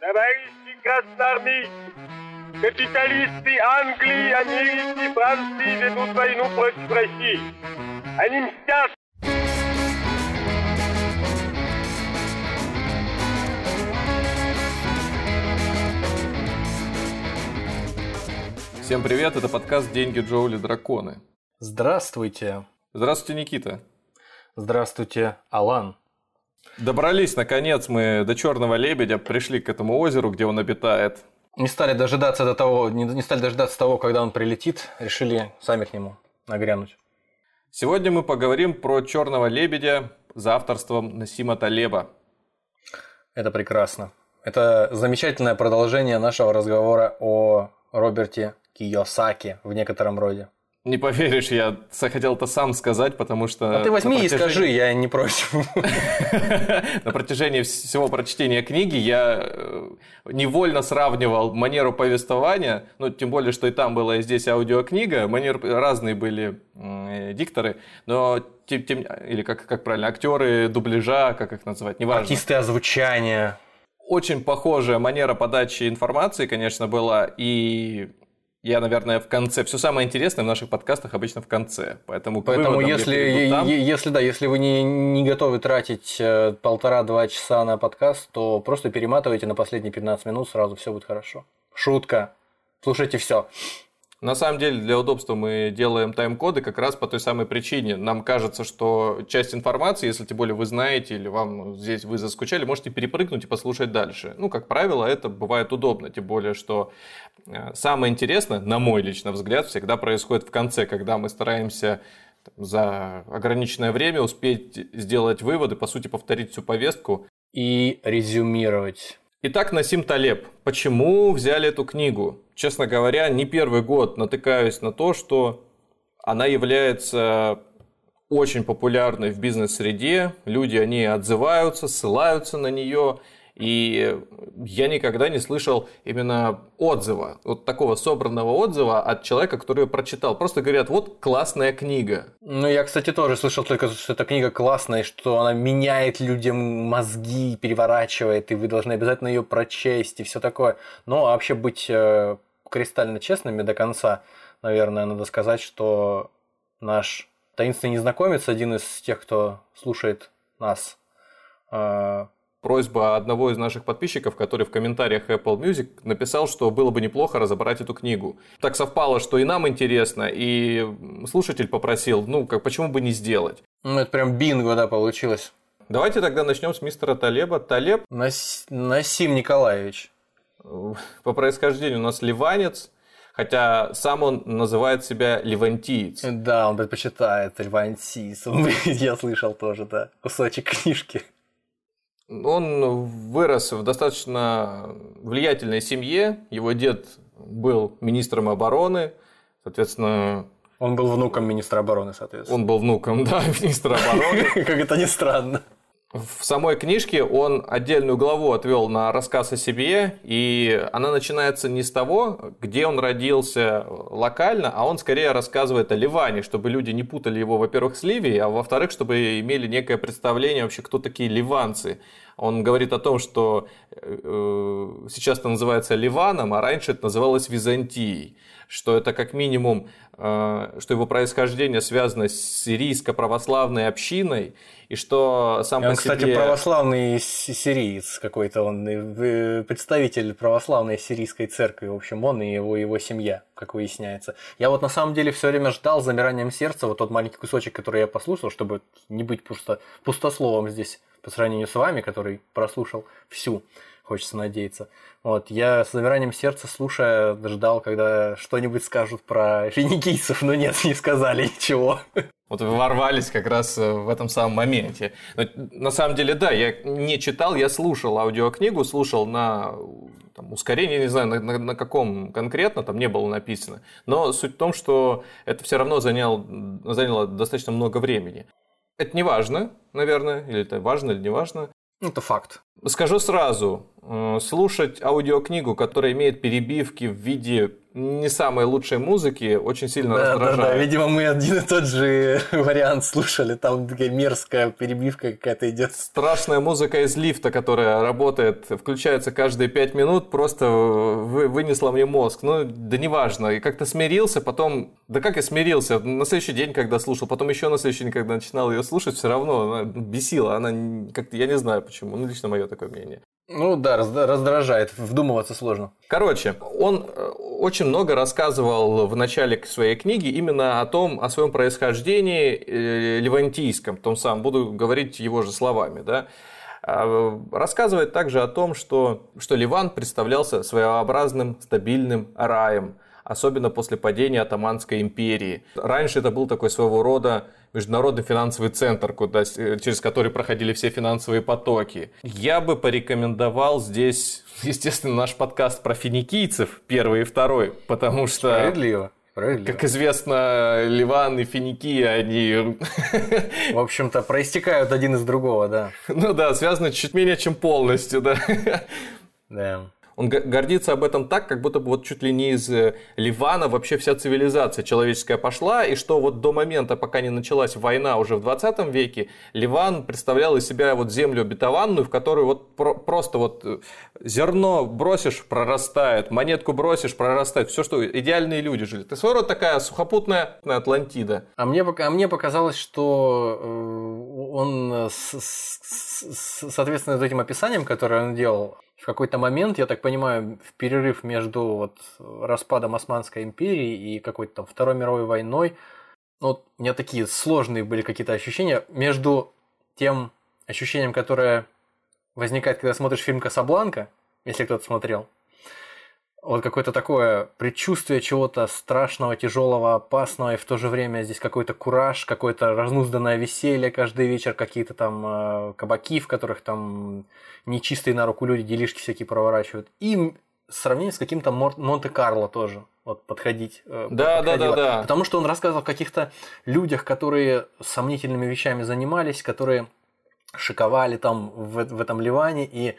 Товарищи красноармейцы, капиталисты Англии, Америки, Франции ведут войну против России. Они мстят. Всем привет, это подкаст «Деньги, Джоули, драконы». Здравствуйте. Здравствуйте, Никита. Здравствуйте, Алан. Добрались, наконец, мы до Черного лебедя, пришли к этому озеру, где он обитает. Не стали дожидаться того, когда он прилетит, решили сами к нему нагрянуть. Сегодня мы поговорим про Черного лебедя за авторством Насима Талеба. Это прекрасно. Это замечательное продолжение нашего разговора о Роберте Кийосаки в некотором роде. Не поверишь, я хотел это сам сказать, потому что... А ты возьми и скажи, я не против. На протяжении всего прочтения книги я невольно сравнивал манеру повествования, ну, тем более, что и там была, и здесь аудиокнига, разные были дикторы, но или как правильно, актеры дубляжа, как их называть, неважно. Артисты озвучания. Очень похожая манера подачи информации, конечно, была, и я, наверное, в конце. Все самое интересное в наших подкастах обычно в конце. Поэтому если вы не готовы тратить 1,5-2 часа на подкаст, то просто перематывайте на последние 15 минут, сразу все будет хорошо. Шутка. Слушайте все. На самом деле, для удобства мы делаем тайм-коды как раз по той самой причине. Нам кажется, что часть информации, если тем более вы знаете или вам здесь вы заскучали, можете перепрыгнуть и послушать дальше. Ну, как правило, это бывает удобно. Тем более, что самое интересное, на мой личный взгляд, всегда происходит в конце, когда мы стараемся за ограниченное время успеть сделать выводы, по сути, повторить всю повестку. И резюмировать. Итак, Насим Талеб. Почему взяли эту книгу? Честно говоря, не первый год натыкаюсь на то, что она является очень популярной в бизнес-среде. Люди о ней отзываются, ссылаются на нее. И я никогда не слышал именно отзыва, вот такого собранного отзыва от человека, который ее прочитал. Просто говорят, вот классная книга. Ну, я, кстати, тоже слышал только, что эта книга классная, что она меняет людям мозги, переворачивает, и вы должны обязательно ее прочесть и все такое. Но вообще быть кристально честными до конца, наверное, надо сказать, что наш таинственный незнакомец, один из тех, кто слушает нас, просьба одного из наших подписчиков, который в комментариях Apple Music написал, что было бы неплохо разобрать эту книгу. Так совпало, что и нам интересно, и слушатель попросил, почему бы не сделать. Ну, это прям бинго, да, получилось. Давайте тогда начнем с мистера Талеба. Талеб... Насим Николаевич. По происхождению у нас ливанец, хотя сам он называет себя ливантиец. Да, он предпочитает ливантиец. Я слышал тоже, да, кусочек книжки. Он вырос в достаточно влиятельной семье. Его дед был министром обороны, соответственно... Он был внуком министра обороны, соответственно. Он был внуком, да, министра обороны. Как это ни странно. В самой книжке он отдельную главу отвел на рассказ о себе, и она начинается не с того, где он родился локально, а он скорее рассказывает о Ливане, чтобы люди не путали его, во-первых, с Ливией, а во-вторых, чтобы имели некое представление вообще, кто такие ливанцы. Он говорит о том, что сейчас это называется Ливаном, а раньше это называлось Византией, что это как минимум, что его происхождение связано с сирийско-православной общиной, и что сам по себе... Кстати, православный сириец какой-то, он представитель православной сирийской церкви, в общем, он и его семья, как выясняется. Я вот на самом деле все время ждал с замиранием сердца вот тот маленький кусочек, который я послушал, чтобы не быть пустословом здесь по сравнению с вами, который прослушал всю, хочется надеяться. Вот, я с замиранием сердца, слушая, ждал, когда что-нибудь скажут про финикийцев, но нет, не сказали ничего. Вот вы ворвались как раз в этом самом моменте. Но, на самом деле, да, я не читал, я слушал аудиокнигу, слушал на ускорение, не знаю, на каком конкретно, там не было написано. Но суть в том, что это все равно заняло достаточно много времени. Это не важно, наверное, или это важно, или не важно. Это факт. Скажу сразу, слушать аудиокнигу, которая имеет перебивки в виде не самой лучшей музыки очень сильно раздражает. Да, видимо, мы один и тот же вариант слушали, там такая мерзкая перебивка какая-то идет. Страшная музыка из лифта, которая работает, включается каждые 5 минут, просто вынесла мне мозг. Ну, да неважно, и как-то смирился, потом, да как я смирился, на следующий день, когда слушал, потом еще на следующий день, когда начинал ее слушать, все равно она бесила, она как-то, я не знаю почему, ну, лично мое такое мнение. Ну да, раздражает, вдумываться сложно. Короче, он очень много рассказывал в начале своей книги именно о своем происхождении левантийском, том самом, буду говорить его же словами, да. Рассказывает также о том, что Ливан представлялся своеобразным стабильным раем, особенно после падения Отоманской империи. Раньше это был такой своего рода международный финансовый центр, через который проходили все финансовые потоки. Я бы порекомендовал здесь, естественно, наш подкаст про финикийцев, первый и второй, потому что... Справедливо. Как известно, Ливан и Финикия, они... В общем-то, проистекают один из другого, да. Ну да, связаны чуть менее, чем полностью, да. Да. Он гордится об этом так, как будто бы вот чуть ли не из Ливана вообще вся цивилизация человеческая пошла, и что вот до момента, пока не началась война уже в 20 веке, Ливан представлял из себя вот землю обетованную, в которую вот просто вот зерно бросишь, прорастает, монетку бросишь, прорастает, все, что идеальные люди жили. Это своего рода такая сухопутная Атлантида. А мне показалось, что он, соответственно, этим описанием, которое он делал, в какой-то момент, я так понимаю, в перерыв между вот распадом Османской империи и какой-то там Второй мировой войной, вот у меня такие сложные были какие-то ощущения между тем ощущением, которое возникает, когда смотришь фильм «Касабланка», если кто-то смотрел. Вот какое-то такое предчувствие чего-то страшного, тяжелого, опасного, и в то же время здесь какой-то кураж, какое-то разнузданное веселье каждый вечер, какие-то там кабаки, в которых там нечистые на руку люди делишки всякие проворачивают. И сравнение с каким-то Монте-Карло тоже вот подходить. Да. Потому что он рассказывал о каких-то людях, которые сомнительными вещами занимались, которые шиковали там в этом Ливане, и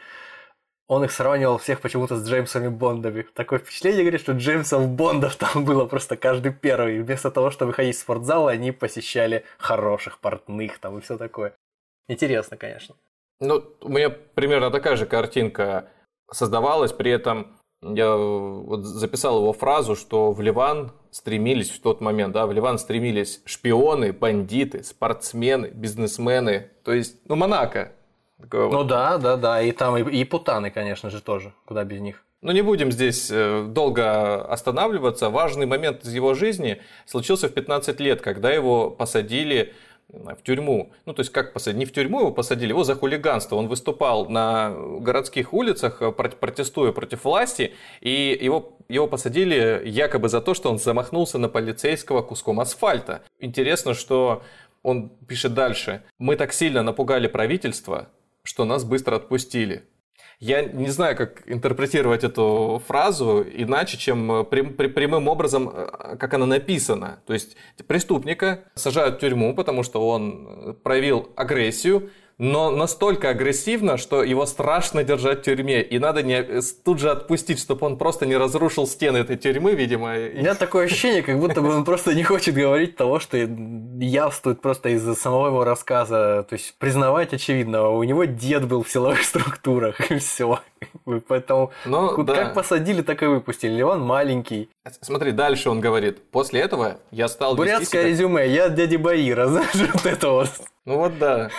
он их сравнивал всех почему-то с Джеймсами Бондами. Такое впечатление, говорит, что Джеймсов Бондов там было просто каждый первый. Вместо того, чтобы ходить в спортзал, они посещали хороших портных там и все такое. Интересно, конечно. Ну, у меня примерно такая же картинка создавалась. При этом я вот записал его фразу, что в Ливан стремились в тот момент, да, в Ливан стремились шпионы, бандиты, спортсмены, бизнесмены. То есть, Монако. Ну да, и там и путаны, конечно же, тоже, куда без них. Ну, не будем здесь долго останавливаться. Важный момент из его жизни случился в 15 лет, когда его посадили в тюрьму. Ну, то есть, как посадили? Не в тюрьму его посадили, его за хулиганство. Он выступал на городских улицах, протестуя против власти, и его посадили якобы за то, что он замахнулся на полицейского куском асфальта. Интересно, что он пишет дальше. «Мы так сильно напугали правительство, что нас быстро отпустили». Я не знаю, как интерпретировать эту фразу иначе, чем прямым образом, как она написана. То есть преступника сажают в тюрьму, потому что он проявил агрессию, но настолько агрессивно, что его страшно держать в тюрьме. И надо тут же отпустить, чтобы он просто не разрушил стены этой тюрьмы, видимо. У меня такое ощущение, как будто бы он просто не хочет говорить того, что явствует просто из-за самого его рассказа. То есть признавать очевидного. У него дед был в силовых структурах, и все. Поэтому как посадили, так и выпустили. Ливан маленький. Смотри, дальше он говорит. После этого я стал бурятское резюме. Я дядя Баира. Знаешь, вот это вот. Ну вот да.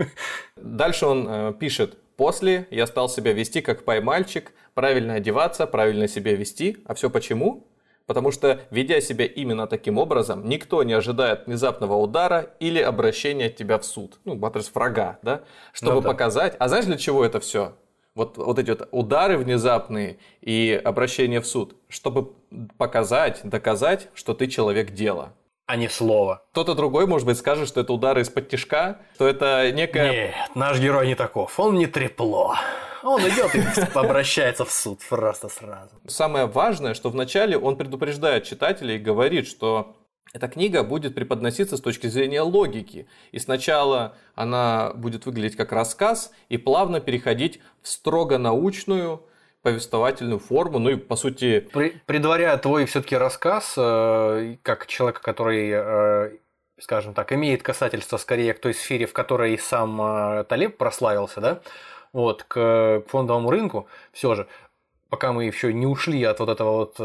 Дальше он пишет. После я стал себя вести как пай-мальчик, правильно одеваться, правильно себя вести. А все почему? Потому что, ведя себя именно таким образом, никто не ожидает внезапного удара или обращения тебя в суд. Ну, адрес врага, да? Чтобы показать. А знаешь, для чего это все? Вот эти вот удары внезапные и обращение в суд. Чтобы показать, доказать, что ты человек дела. А не слово. Кто-то другой, может быть, скажет, что это удары из-под тишка, что это некая... Нет, наш герой не таков, он не трепло. Он идет и обращается в суд просто сразу. Самое важное, что вначале он предупреждает читателей и говорит, что эта книга будет преподноситься с точки зрения логики. И сначала она будет выглядеть как рассказ и плавно переходить в строго научную, повествовательную форму, ну и по сути... Предваряя твой все-таки рассказ, как человека, который, скажем так, имеет касательство скорее к той сфере, в которой сам Талеб прославился, да, вот, к фондовому рынку, все же, пока мы еще не ушли от вот этого вот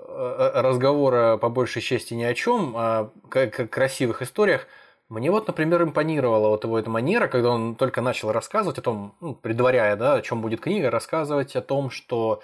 разговора по большей части ни о чем, а о красивых историях, мне вот, например, импонировала вот его эта манера, когда он только начал рассказывать о том, ну, предваряя, да, о чем будет книга, рассказывать о том, что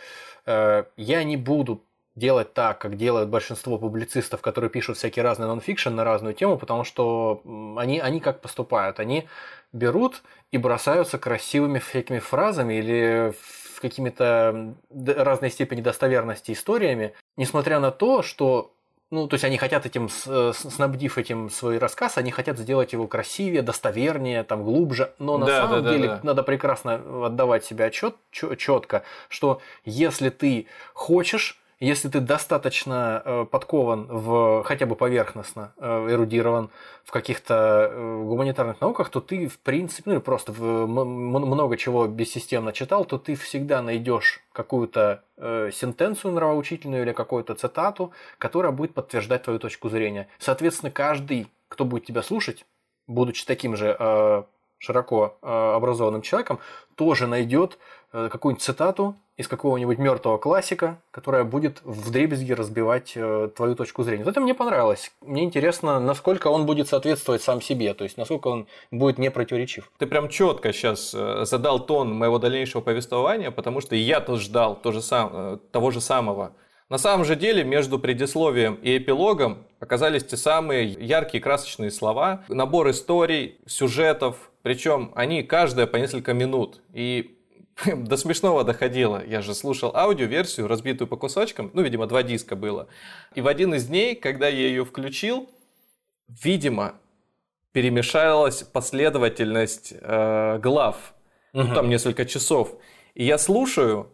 я не буду делать так, как делают большинство публицистов, которые пишут всякий разный нонфикшн на разную тему, потому что они как поступают? Они берут и бросаются красивыми всякими фразами или в какими-то разной степени достоверности историями, несмотря на то, что ну, то есть они хотят этим, снабдив этим свой рассказ, они хотят сделать его красивее, достовернее, там, глубже, но на самом деле надо прекрасно отдавать себе отчет четко, что если ты хочешь, если ты достаточно подкован хотя бы поверхностно эрудирован в каких-то гуманитарных науках, то ты, в принципе, ну или просто много чего бессистемно читал, то ты всегда найдешь какую-то сентенцию нравоучительную или какую-то цитату, которая будет подтверждать твою точку зрения. Соответственно, каждый, кто будет тебя слушать, будучи таким же широко образованным человеком, тоже найдет какую-нибудь цитату из какого-нибудь мертвого классика, которая будет вдребезги разбивать твою точку зрения. Вот это мне понравилось. Мне интересно, насколько он будет соответствовать сам себе, то есть насколько он будет не противоречив. Ты прям четко сейчас задал тон моего дальнейшего повествования, потому что я тоже ждал того же самого. На самом же деле между предисловием и эпилогом оказались те самые яркие красочные слова, набор историй, сюжетов, причем они каждая по несколько минут. И до смешного доходило. Я же слушал аудиоверсию, разбитую по кусочкам, ну, видимо, 2 диска было. И в один из дней, когда я ее включил, видимо, перемешалась последовательность глав. Ну, там несколько часов. И я слушаю.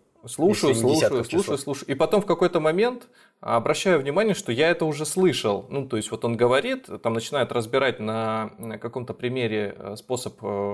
И потом в какой-то момент обращаю внимание, что я это уже слышал. Ну, то есть, вот он говорит, там начинает разбирать на каком-то примере способ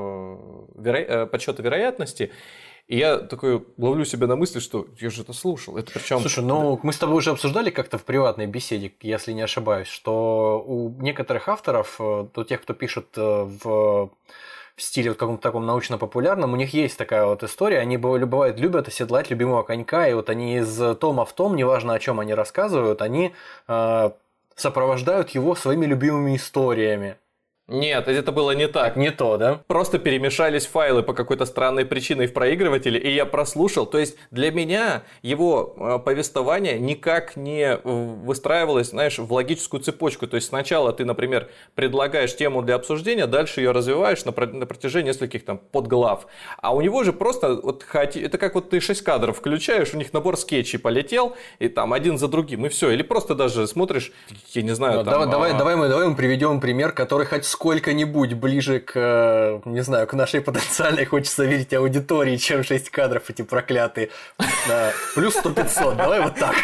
подсчета вероятности. И я такой ловлю себя на мысли, что я же это слушал. Это причем... Слушай, ну мы с тобой уже обсуждали как-то в приватной беседе, если не ошибаюсь, что у некоторых авторов, у тех, кто пишет в стиле вот каком-то таком научно-популярном, у них есть такая вот история, они бывает любят оседлать любимого конька, и вот они из тома в том, неважно о чем они рассказывают, они сопровождают его своими любимыми историями. Нет, это было не так. Не то, да? Просто перемешались файлы по какой-то странной причине в проигрывателе, и я прослушал. То есть для меня его повествование никак не выстраивалось, знаешь, в логическую цепочку. То есть сначала ты, например, предлагаешь тему для обсуждения, дальше ее развиваешь на протяжении нескольких там подглав. А у него же просто вот это как вот ты 6 кадров включаешь, у них набор скетчей полетел, и там один за другим, и все. Или просто даже смотришь, я не знаю, там... Давай мы приведем пример, который хоть сколько-нибудь ближе к, не знаю, к нашей потенциальной, хочется видеть, аудитории, чем 6 кадров эти проклятые. Плюс 100-500, давай вот так.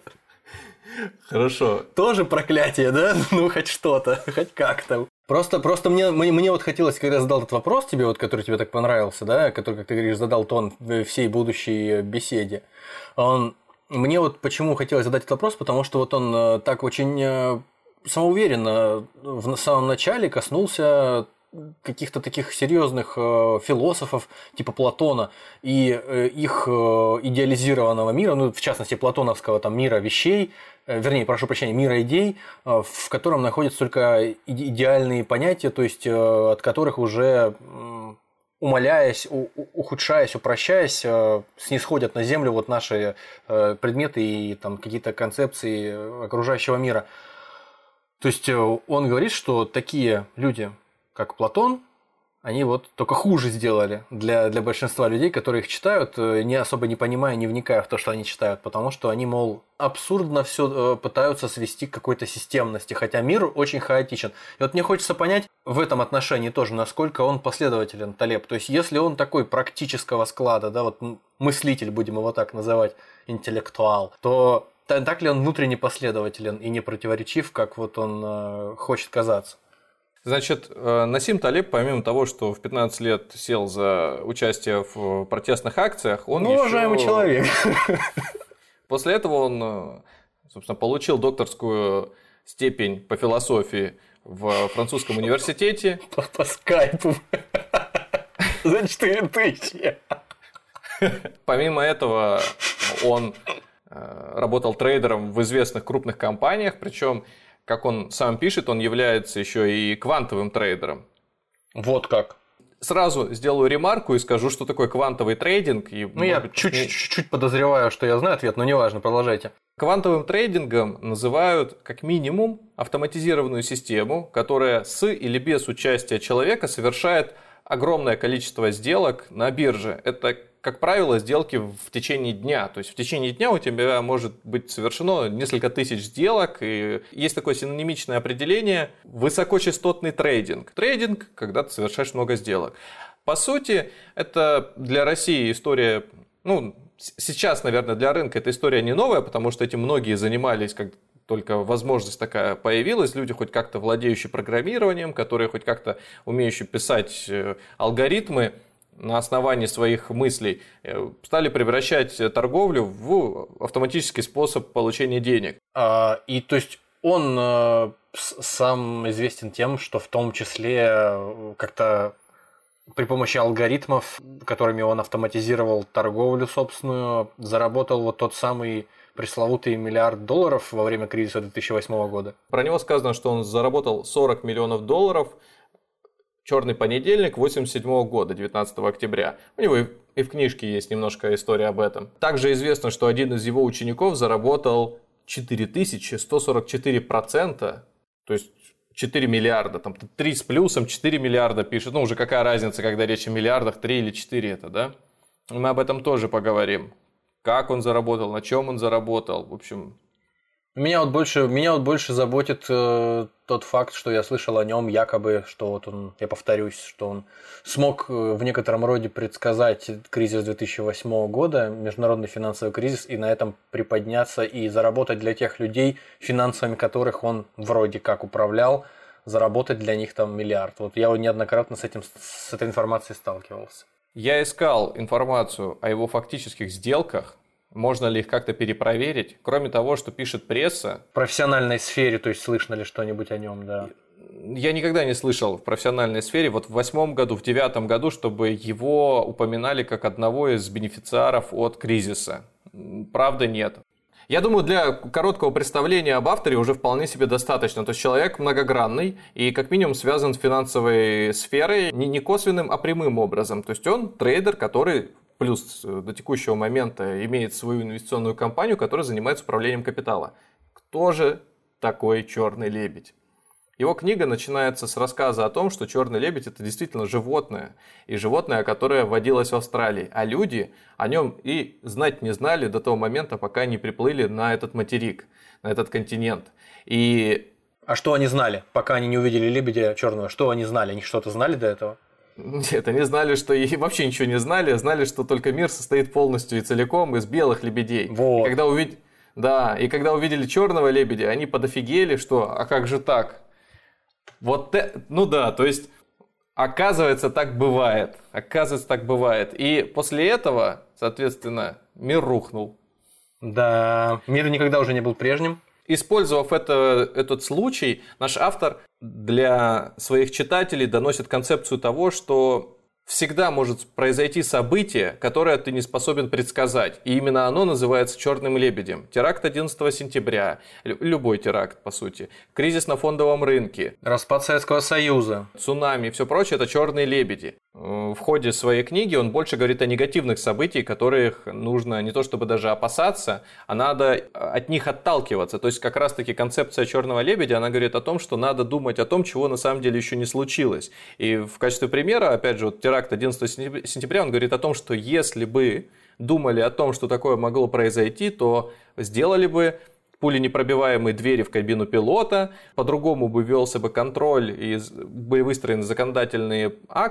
Хорошо. Тоже проклятие, да? Ну, хоть что-то, хоть как-то. Просто мне вот хотелось, когда я задал этот вопрос тебе, вот, который тебе так понравился, да, который, как ты говоришь, задал тон всей будущей беседе, мне вот почему хотелось задать этот вопрос, потому что вот он так очень... самоуверенно в самом начале коснулся каких-то таких серьезных философов типа Платона и их идеализированного мира, ну, в частности, платоновского там мира вещей, вернее, прошу прощения, мира идей, в котором находятся только идеальные понятия, то есть от которых уже, умаляясь, ухудшаясь, упрощаясь, снисходят на землю вот наши предметы и там какие-то концепции окружающего мира. То есть он говорит, что такие люди, как Платон, они вот только хуже сделали для большинства людей, которые их читают, не особо не понимая, не вникая в то, что они читают, потому что они, мол, абсурдно все пытаются свести к какой-то системности, хотя мир очень хаотичен. И вот мне хочется понять в этом отношении тоже, насколько он последователен, Талеб. То есть если он такой практического склада, да, вот мыслитель, будем его так называть, интеллектуал, то так ли он внутренне последователен и не противоречив, как вот он хочет казаться? Значит, Насим Талеб, помимо того, что в 15 лет сел за участие в протестных акциях, он уважаемый человек. После этого он, собственно, получил докторскую степень по философии в французском университете. По скайпу. За 4000. Помимо этого, он работал трейдером в известных крупных компаниях, причем, как он сам пишет, он является еще и квантовым трейдером. Вот как. Сразу сделаю ремарку и скажу, что такое квантовый трейдинг. Я чуть-чуть подозреваю, что я знаю ответ, но неважно, продолжайте. Квантовым трейдингом называют как минимум автоматизированную систему, которая с или без участия человека совершает огромное количество сделок на бирже. Это, как правило, сделки в течение дня. То есть в течение дня у тебя может быть совершено несколько тысяч сделок. И есть такое синонимичное определение – высокочастотный трейдинг. Трейдинг, когда ты совершаешь много сделок. По сути, это для России история, сейчас, наверное, для рынка эта история не новая, потому что этим многие занимались, как только возможность такая появилась, люди, хоть как-то владеющие программированием, которые хоть как-то умеющие писать алгоритмы на основании своих мыслей, стали превращать торговлю в автоматический способ получения денег. И то есть он сам известен тем, что в том числе как-то при помощи алгоритмов, которыми он автоматизировал торговлю собственную, заработал вот тот самый пресловутый $1 миллиард во время кризиса 2008 года. Про него сказано, что он заработал $40 миллионов черный понедельник 1987 года, 19 октября. У него и в книжке есть немножко история об этом. Также известно, что один из его учеников заработал 4144%, то есть 4 миллиарда, там 3 с плюсом, 4 миллиарда пишет. Уже какая разница, когда речь о миллиардах, 3 или 4 это, да? Мы об этом тоже поговорим. Как он заработал, на чем он заработал, в общем. Меня вот больше заботит тот факт, что я слышал о нем якобы, что вот он, я повторюсь, что он смог в некотором роде предсказать кризис 2008 года, международный финансовый кризис, и на этом приподняться и заработать для тех людей, финансами которых он вроде как управлял, заработать для них там $1 миллиард. Вот я неоднократно с этой информацией сталкивался. Я искал информацию о его фактических сделках. Можно ли их как-то перепроверить? Кроме того, что пишет пресса. В профессиональной сфере, то есть слышно ли что-нибудь о нем, да? Я никогда не слышал в профессиональной сфере, вот в 2008 году, в 2009 году, чтобы его упоминали как одного из бенефициаров от кризиса. Правда, нет. Я думаю, для короткого представления об авторе уже вполне себе достаточно. То есть человек многогранный и как минимум связан с финансовой сферой не косвенным, а прямым образом. То есть он трейдер, который плюс до текущего момента имеет свою инвестиционную компанию, которая занимается управлением капитала. Кто же такой черный лебедь? Его книга начинается с рассказа о том, что черный лебедь – это действительно животное. И животное, которое водилось в Австралии. А люди о нем и знать не знали до того момента, пока не приплыли на этот материк, на этот континент. А что они знали, пока они не увидели лебедя черного? Что они знали? Они что-то знали до этого? Нет, они знали, что и вообще ничего не знали. Знали, что только мир состоит полностью и целиком из белых лебедей. Вот. И когда увидели черного лебедя, они подофигели, что «а как же так?» то есть, оказывается, так бывает. И после этого, соответственно, мир рухнул. Да, мир никогда уже не был прежним. Использовав этот случай, наш автор для своих читателей доносит концепцию того, что всегда может произойти событие, которое ты не способен предсказать. И именно оно называется черным лебедем. Теракт 11 сентября, любой теракт, по сути, кризис на фондовом рынке, распад Советского Союза, цунами и все прочее – это черные лебеди. В ходе своей книги он больше говорит о негативных событиях, которых нужно не то чтобы даже опасаться, а надо от них отталкиваться. То есть как раз-таки концепция черного лебедя, она говорит о том, что надо думать о том, чего на самом деле еще не случилось. И в качестве примера, опять же, теракт 11 сентября, он говорит о том, что если бы думали о том, что такое могло произойти, то сделали бы пуленепробиваемые двери в кабину пилота, по-другому бы велся бы контроль и были выстроены законодательные акты,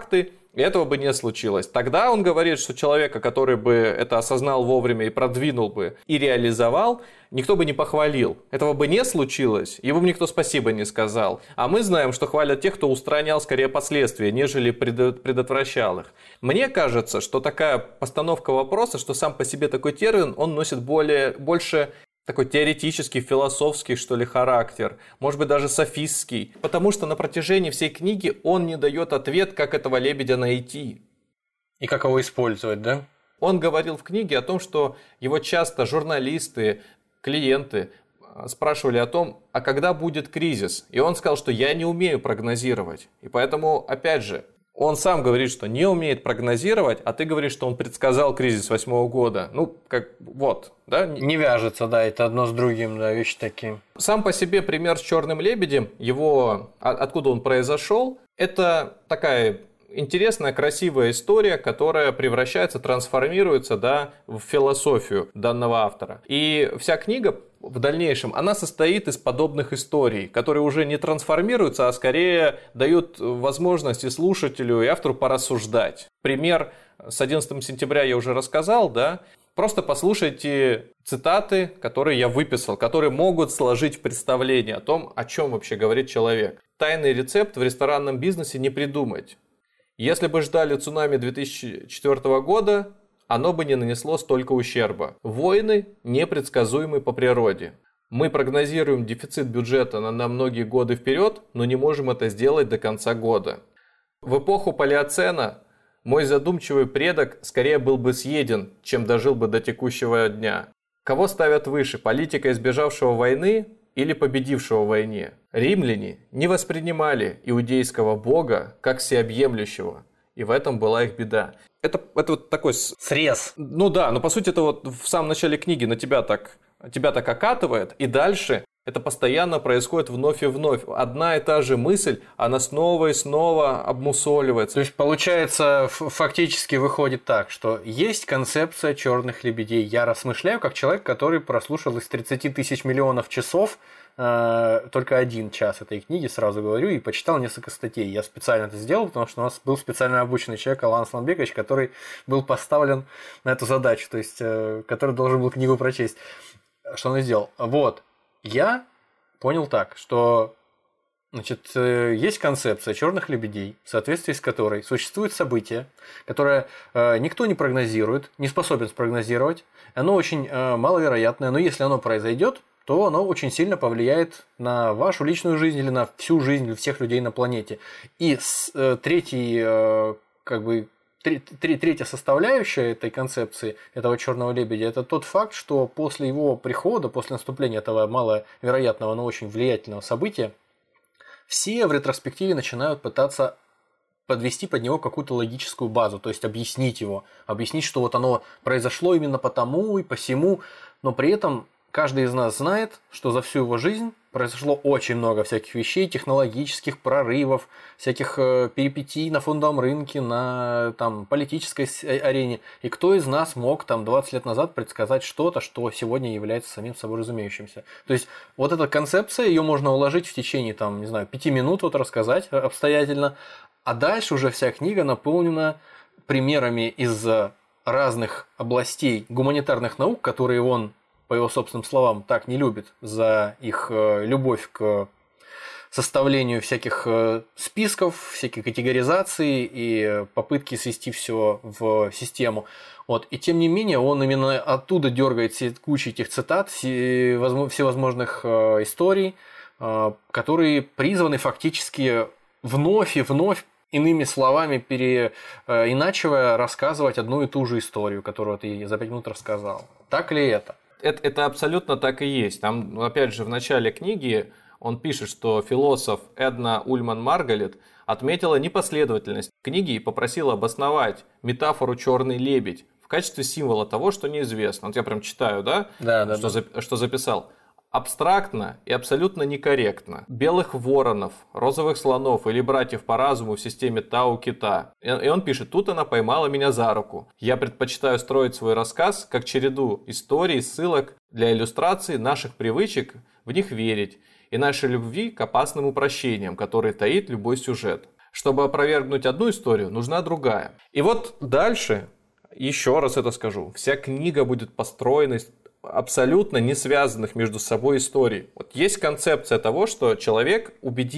и этого бы не случилось. Тогда он говорит, что человека, который бы это осознал вовремя и продвинул бы, и реализовал, никто бы не похвалил. Этого бы не случилось, ему бы никто спасибо не сказал. А мы знаем, что хвалят тех, кто устранял скорее последствия, нежели предотвращал их. Мне кажется, что такая постановка вопроса, что сам по себе такой термин, он носит больше такой теоретический, философский, что ли, характер, может быть, даже софистский, потому что на протяжении всей книги он не дает ответ, как этого лебедя найти. И как его использовать, да? Он говорил в книге о том, что его часто журналисты, клиенты спрашивали о том, а когда будет кризис? И он сказал, что я не умею прогнозировать. И поэтому, опять же, он сам говорит, что не умеет прогнозировать, а ты говоришь, что он предсказал кризис 2008 года. Ну, как вот, да? Не вяжется, да, это одно с другим, да, вещи такие. Сам по себе пример с черным лебедем, его, откуда он произошел, это такая интересная, красивая история, которая превращается, трансформируется, да, в философию данного автора. И вся книга в дальнейшем, она состоит из подобных историй, которые уже не трансформируются, а скорее дают возможность и слушателю, и автору порассуждать. Пример с 11 сентября я уже рассказал, да. Просто послушайте цитаты, которые я выписал, которые могут сложить представление о том, о чем вообще говорит человек. Тайный рецепт в ресторанном бизнесе не придумать. Если бы ждали цунами 2004 года, оно бы не нанесло столько ущерба. Войны непредсказуемы по природе. Мы прогнозируем дефицит бюджета на многие годы вперед, но не можем это сделать до конца года. В эпоху палеоцена мой задумчивый предок скорее был бы съеден, чем дожил бы до текущего дня. Кого ставят выше, политика избежавшего войны или победившего в войне? Римляне не воспринимали иудейского бога как всеобъемлющего, и в этом была их беда. Это вот такой срез. Ну да, но по сути это вот в самом начале книги на тебя так окатывает, и дальше это постоянно происходит вновь и вновь. Одна и та же мысль, она снова и снова обмусоливается. То есть получается, фактически выходит так, что есть концепция черных лебедей. Я размышляю как человек, который прослушал из 30 тысяч миллионов часов только 1 час этой книги, сразу говорю, и почитал несколько статей. Я специально это сделал, потому что у нас был специально обученный человек, Алан Сланбекович, который был поставлен на эту задачу, то есть, который должен был книгу прочесть. Что он сделал? Вот. Я понял так, что, значит, есть концепция черных лебедей, в соответствии с которой существует событие, которое никто не прогнозирует, не способен спрогнозировать, оно очень маловероятное, но если оно произойдет, то оно очень сильно повлияет на вашу личную жизнь или на всю жизнь всех людей на планете. И третья составляющая этой концепции, этого черного лебедя, это тот факт, что после его прихода, после наступления этого маловероятного, но очень влиятельного события, все в ретроспективе начинают пытаться подвести под него какую-то логическую базу, то есть объяснить его, объяснить, что вот оно произошло именно потому и посему, но при этом каждый из нас знает, что за всю его жизнь произошло очень много всяких вещей, технологических прорывов, всяких перипетий на фондовом рынке, на политической арене. И кто из нас мог 20 лет назад предсказать что-то, что сегодня является самим собой разумеющимся. То есть вот эта концепция, ее можно уложить в течение 5 минут, рассказать обстоятельно. А дальше уже вся книга наполнена примерами из разных областей гуманитарных наук, которые он, по его собственным словам, так не любит за их любовь к составлению всяких списков, всяких категоризаций и попытки свести все в систему. Вот. И тем не менее, он именно оттуда дергает кучу этих цитат, всевозможных историй, которые призваны фактически вновь и вновь, иными словами, иначивая, рассказывать одну и ту же историю, которую ты за 5 минут рассказал. Так ли это? Это абсолютно так и есть. Там, опять же, в начале книги он пишет, что философ Эдна Ульман-Маргалет отметила непоследовательность книги и попросила обосновать метафору «черный лебедь» в качестве символа того, что неизвестно. Вот я прям читаю, да? Да. Что записал. Абстрактно и абсолютно некорректно. Белых воронов, розовых слонов или братьев по разуму в системе Тау-Кита. И он пишет, тут она поймала меня за руку. Я предпочитаю строить свой рассказ как череду историй, ссылок для иллюстрации наших привычек в них верить и нашей любви к опасным упрощениям, которые таит любой сюжет. Чтобы опровергнуть одну историю, нужна другая. И вот дальше, еще раз это скажу, вся книга будет построена из абсолютно не связанных между собой историй. Вот есть концепция того, что человек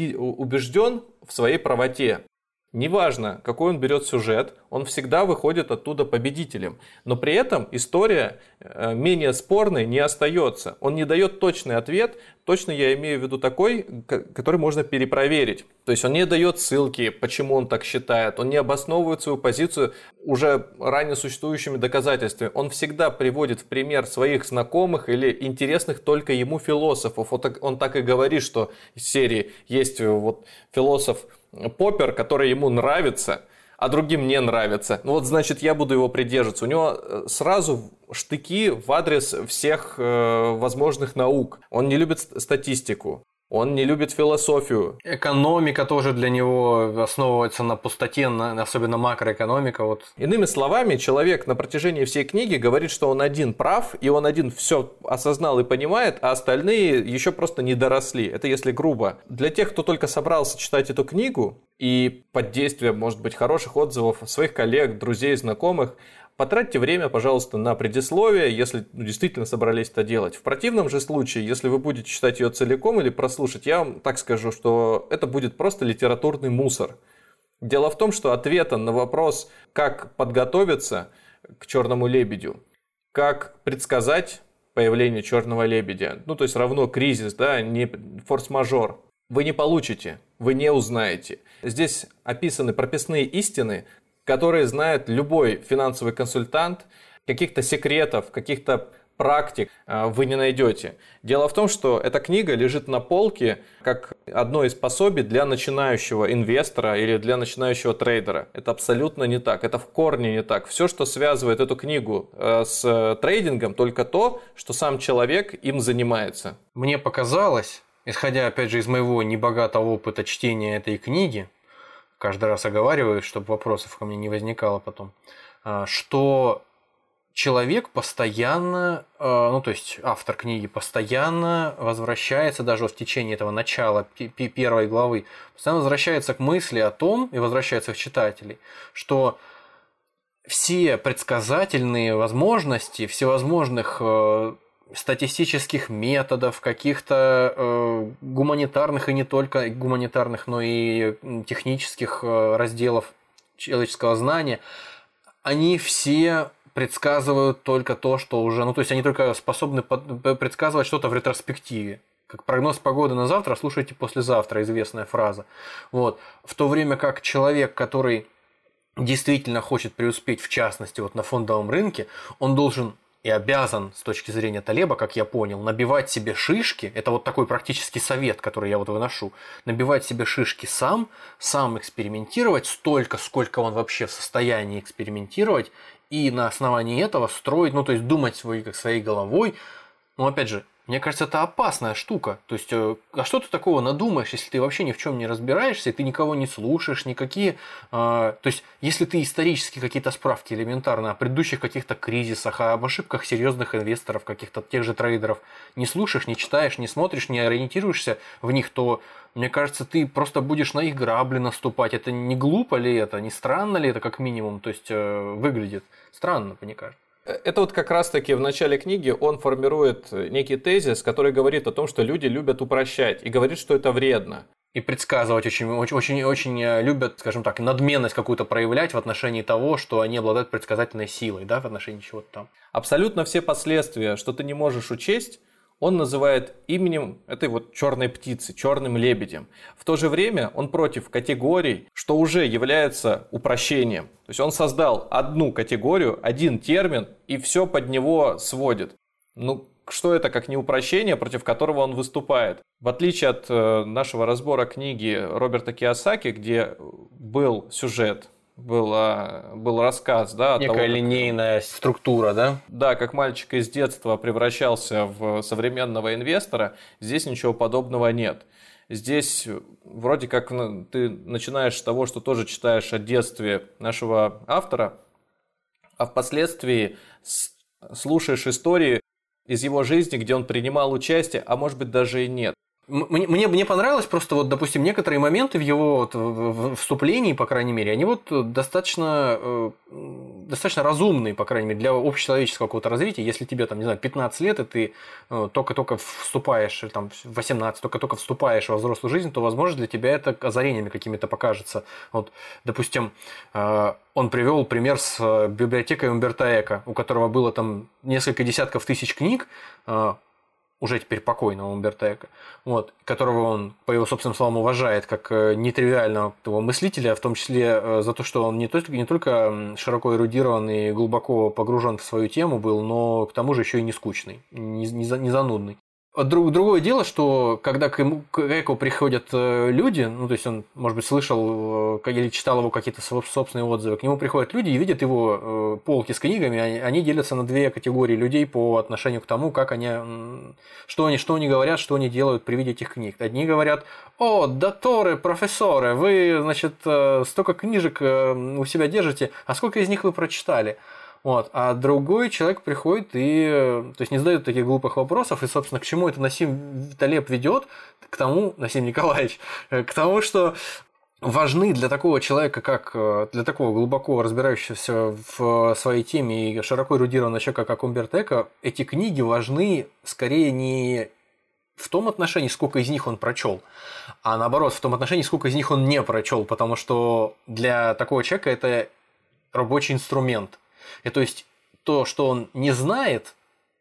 убежден в своей правоте. Неважно, какой он берет сюжет, он всегда выходит оттуда победителем. Но при этом история менее спорной не остается. Он не дает точный ответ, точно я имею в виду такой, который можно перепроверить. То есть он не дает ссылки, почему он так считает, он не обосновывает свою позицию уже ранее существующими доказательствами. Он всегда приводит в пример своих знакомых или интересных только ему философов. Он так и говорит, что из серии есть вот философ Поппер, который ему нравится, а другим не нравится. Ну вот, значит, я буду его придерживаться. У него сразу штыки в адрес всех возможных наук. Он не любит статистику. Он не любит философию. Экономика тоже для него основывается на пустоте, особенно макроэкономика. Вот. Иными словами, человек на протяжении всей книги говорит, что он один прав, и он один все осознал и понимает, а остальные еще просто не доросли. Это если грубо. Для тех, кто только собрался читать эту книгу, и под действием, может быть, хороших отзывов своих коллег, друзей, знакомых, потратьте время, пожалуйста, на предисловие, если действительно собрались это делать. В противном же случае, если вы будете читать ее целиком или прослушать, я вам так скажу, что это будет просто литературный мусор. Дело в том, что ответа на вопрос, как подготовиться к «Черному лебедю», как предсказать появление «Черного лебедя», ну то есть равно кризис, да, не форс-мажор, вы не получите, вы не узнаете. Здесь описаны прописные истины, которые знает любой финансовый консультант, каких-то секретов, каких-то практик вы не найдете. Дело в том, что эта книга лежит на полке как одно из пособий для начинающего инвестора или для начинающего трейдера. Это абсолютно не так, это в корне не так. Все, что связывает эту книгу с трейдингом, только то, что сам человек им занимается. Мне показалось, исходя опять же из моего небогатого опыта чтения этой книги, каждый раз оговариваюсь, чтобы вопросов ко мне не возникало потом, что человек постоянно, ну то есть автор книги постоянно возвращается, даже в течение этого начала первой главы, постоянно возвращается к мысли о том, и возвращается к читателей, что все предсказательные возможности всевозможных статистических методов, каких-то гуманитарных и не только гуманитарных, но и технических разделов человеческого знания, они все предсказывают только то, что уже... Ну, то есть они только способны предсказывать что-то в ретроспективе. Как прогноз погоды на завтра, слушайте послезавтра, известная фраза. Вот. В то время как человек, который действительно хочет преуспеть, в частности, вот на фондовом рынке, он должен... и обязан, с точки зрения Талеба, как я понял, набивать себе шишки, это вот такой практический совет, который я вот выношу, набивать себе шишки сам экспериментировать столько, сколько он вообще в состоянии экспериментировать, и на основании этого строить, ну то есть думать своей головой, но опять же, мне кажется, это опасная штука. То есть, а что ты такого надумаешь, если ты вообще ни в чем не разбираешься, и ты никого не слушаешь, никакие... То есть, если ты исторически какие-то справки элементарно о предыдущих каких-то кризисах, об ошибках серьезных инвесторов, каких-то тех же трейдеров не слушаешь, не читаешь, не смотришь, не ориентируешься в них, то, мне кажется, ты просто будешь на их грабли наступать. Это не глупо ли это, не странно ли это, как минимум? То есть, выглядит странно, мне кажется. Это вот как раз-таки в начале книги он формирует некий тезис, который говорит о том, что люди любят упрощать и говорит, что это вредно. И предсказывать очень любят, скажем так, надменность какую-то проявлять в отношении того, что они обладают предсказательной силой, да, в отношении чего-то там. Абсолютно все последствия, что ты не можешь учесть, он называет именем этой вот черной птицы, черным лебедем. В то же время он против категорий, что уже является упрощением. То есть он создал одну категорию, один термин и все под него сводит. Ну, что это как не упрощение, против которого он выступает? В отличие от нашего разбора книги Роберта Кийосаки, где был сюжет, был рассказ, да, некая линейная структура, да? Да, как мальчик из детства превращался в современного инвестора, здесь ничего подобного нет. Здесь вроде как ты начинаешь с того, что тоже читаешь о детстве нашего автора, а впоследствии слушаешь истории из его жизни, где он принимал участие, а может быть даже и нет. Мне понравилось просто вот, допустим, некоторые моменты в его вот, в вступлении, по крайней мере, они вот достаточно разумные, по крайней мере, для общечеловеческого какого-то развития. Если тебе, там, не знаю, 15 лет, и ты только-только вступаешь, или там 18, только-только вступаешь во взрослую жизнь, то, возможно, для тебя это озарениями какими-то покажется. Вот, допустим, он привел пример с библиотекой Умберто Эко, у которого было там несколько десятков тысяч книг, уже теперь покойного Умберто Эко, вот, которого он, по его собственным словам, уважает как нетривиального мыслителя, в том числе за то, что он не только широко эрудирован и глубоко погружен в свою тему был, но к тому же еще и не скучный, не занудный. Другое дело, что когда к Эко приходят люди, ну, то есть он, может быть, слышал или читал его какие-то собственные отзывы, к нему приходят люди и видят его полки с книгами, они делятся на две категории людей по отношению к тому, как что они говорят, что они делают при виде этих книг. Одни говорят: «О, докторы, профессоры, вы, значит, столько книжек у себя держите, а сколько из них вы прочитали?» Вот. А другой человек приходит и, то есть, не задает таких глупых вопросов, и, собственно, к чему это Насим Талеб ведет, к тому, Насим Николаевич, к тому, что важны для такого человека, как для такого глубоко разбирающегося в своей теме и широко эрудированного человека, как Умберто Эко, эти книги важны скорее не в том отношении, сколько из них он прочел, а наоборот, в том отношении, сколько из них он не прочел, потому что для такого человека это рабочий инструмент. И то есть то, что он не знает,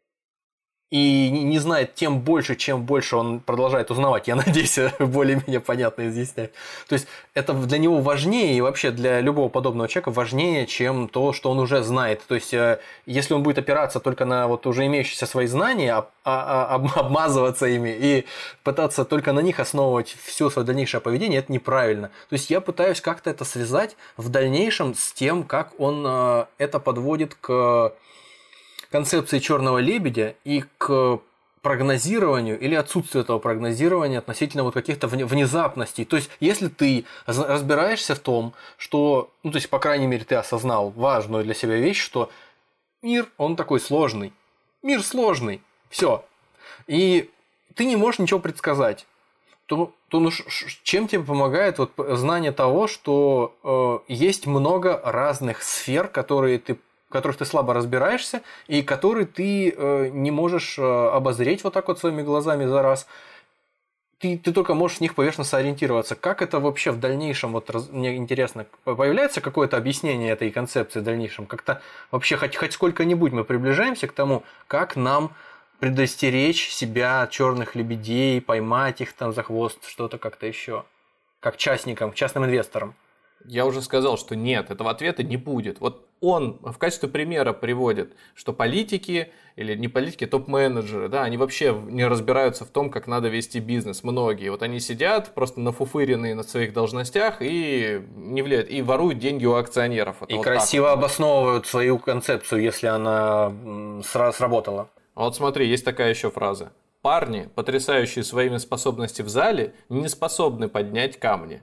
и не знает тем больше, чем больше он продолжает узнавать, я надеюсь, более-менее понятно изъясняю. То есть это для него важнее, и вообще для любого подобного человека важнее, чем то, что он уже знает. То есть если он будет опираться только на вот уже имеющиеся свои знания, обмазываться ими и пытаться только на них основывать все свое дальнейшее поведение, это неправильно. То есть я пытаюсь как-то это связать в дальнейшем с тем, как он это подводит к концепции черного лебедя и к прогнозированию или отсутствию этого прогнозирования относительно вот каких-то внезапностей. То есть, если ты разбираешься в том, что, ну, то есть, по крайней мере, ты осознал важную для себя вещь, что мир, он такой сложный. Мир сложный. Все. И ты не можешь ничего предсказать. Чем тебе помогает вот знание того, что есть много разных сфер, в которых ты слабо разбираешься, и которые ты не можешь обозреть вот так вот своими глазами за раз. Ты только можешь в них поверхностно ориентироваться. Как это вообще в дальнейшем, вот мне интересно, появляется какое-то объяснение этой концепции в дальнейшем? Как-то вообще хоть сколько-нибудь мы приближаемся к тому, как нам предостеречь себя от черных лебедей, поймать их там за хвост, что-то как-то еще, как частникам, частным инвесторам? Я уже сказал, что нет, этого ответа не будет. Вот он в качестве примера приводит, что политики, или не политики, топ-менеджеры, да, они вообще не разбираются в том, как надо вести бизнес. Многие. Вот они сидят просто нафуфыренные на своих должностях и не влияют, и воруют деньги у акционеров. Это и вот красиво обосновывают свою концепцию, если она сработала. А вот смотри, есть такая еще фраза. Парни, потрясающие своими способностями в зале, не способны поднять камни.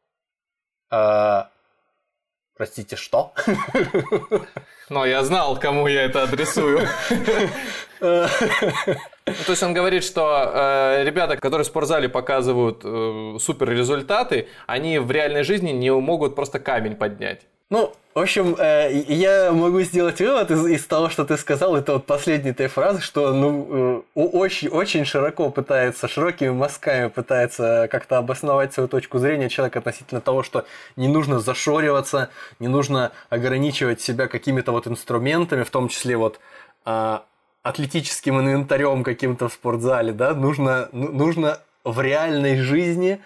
Простите, что? Но я знал, кому я это адресую. То есть он говорит, что ребята, которые в спортзале показывают супер результаты, они в реальной жизни не могут просто камень поднять. Ну, в общем, я могу сделать вывод из того, что ты сказал, это вот последней этой фразы, что очень широко пытается, широкими мазками пытается как-то обосновать свою точку зрения человек относительно того, что не нужно зашориваться, не нужно ограничивать себя какими-то вот инструментами, в том числе вот атлетическим инвентарем каким-то в спортзале, да, нужно в реальной жизни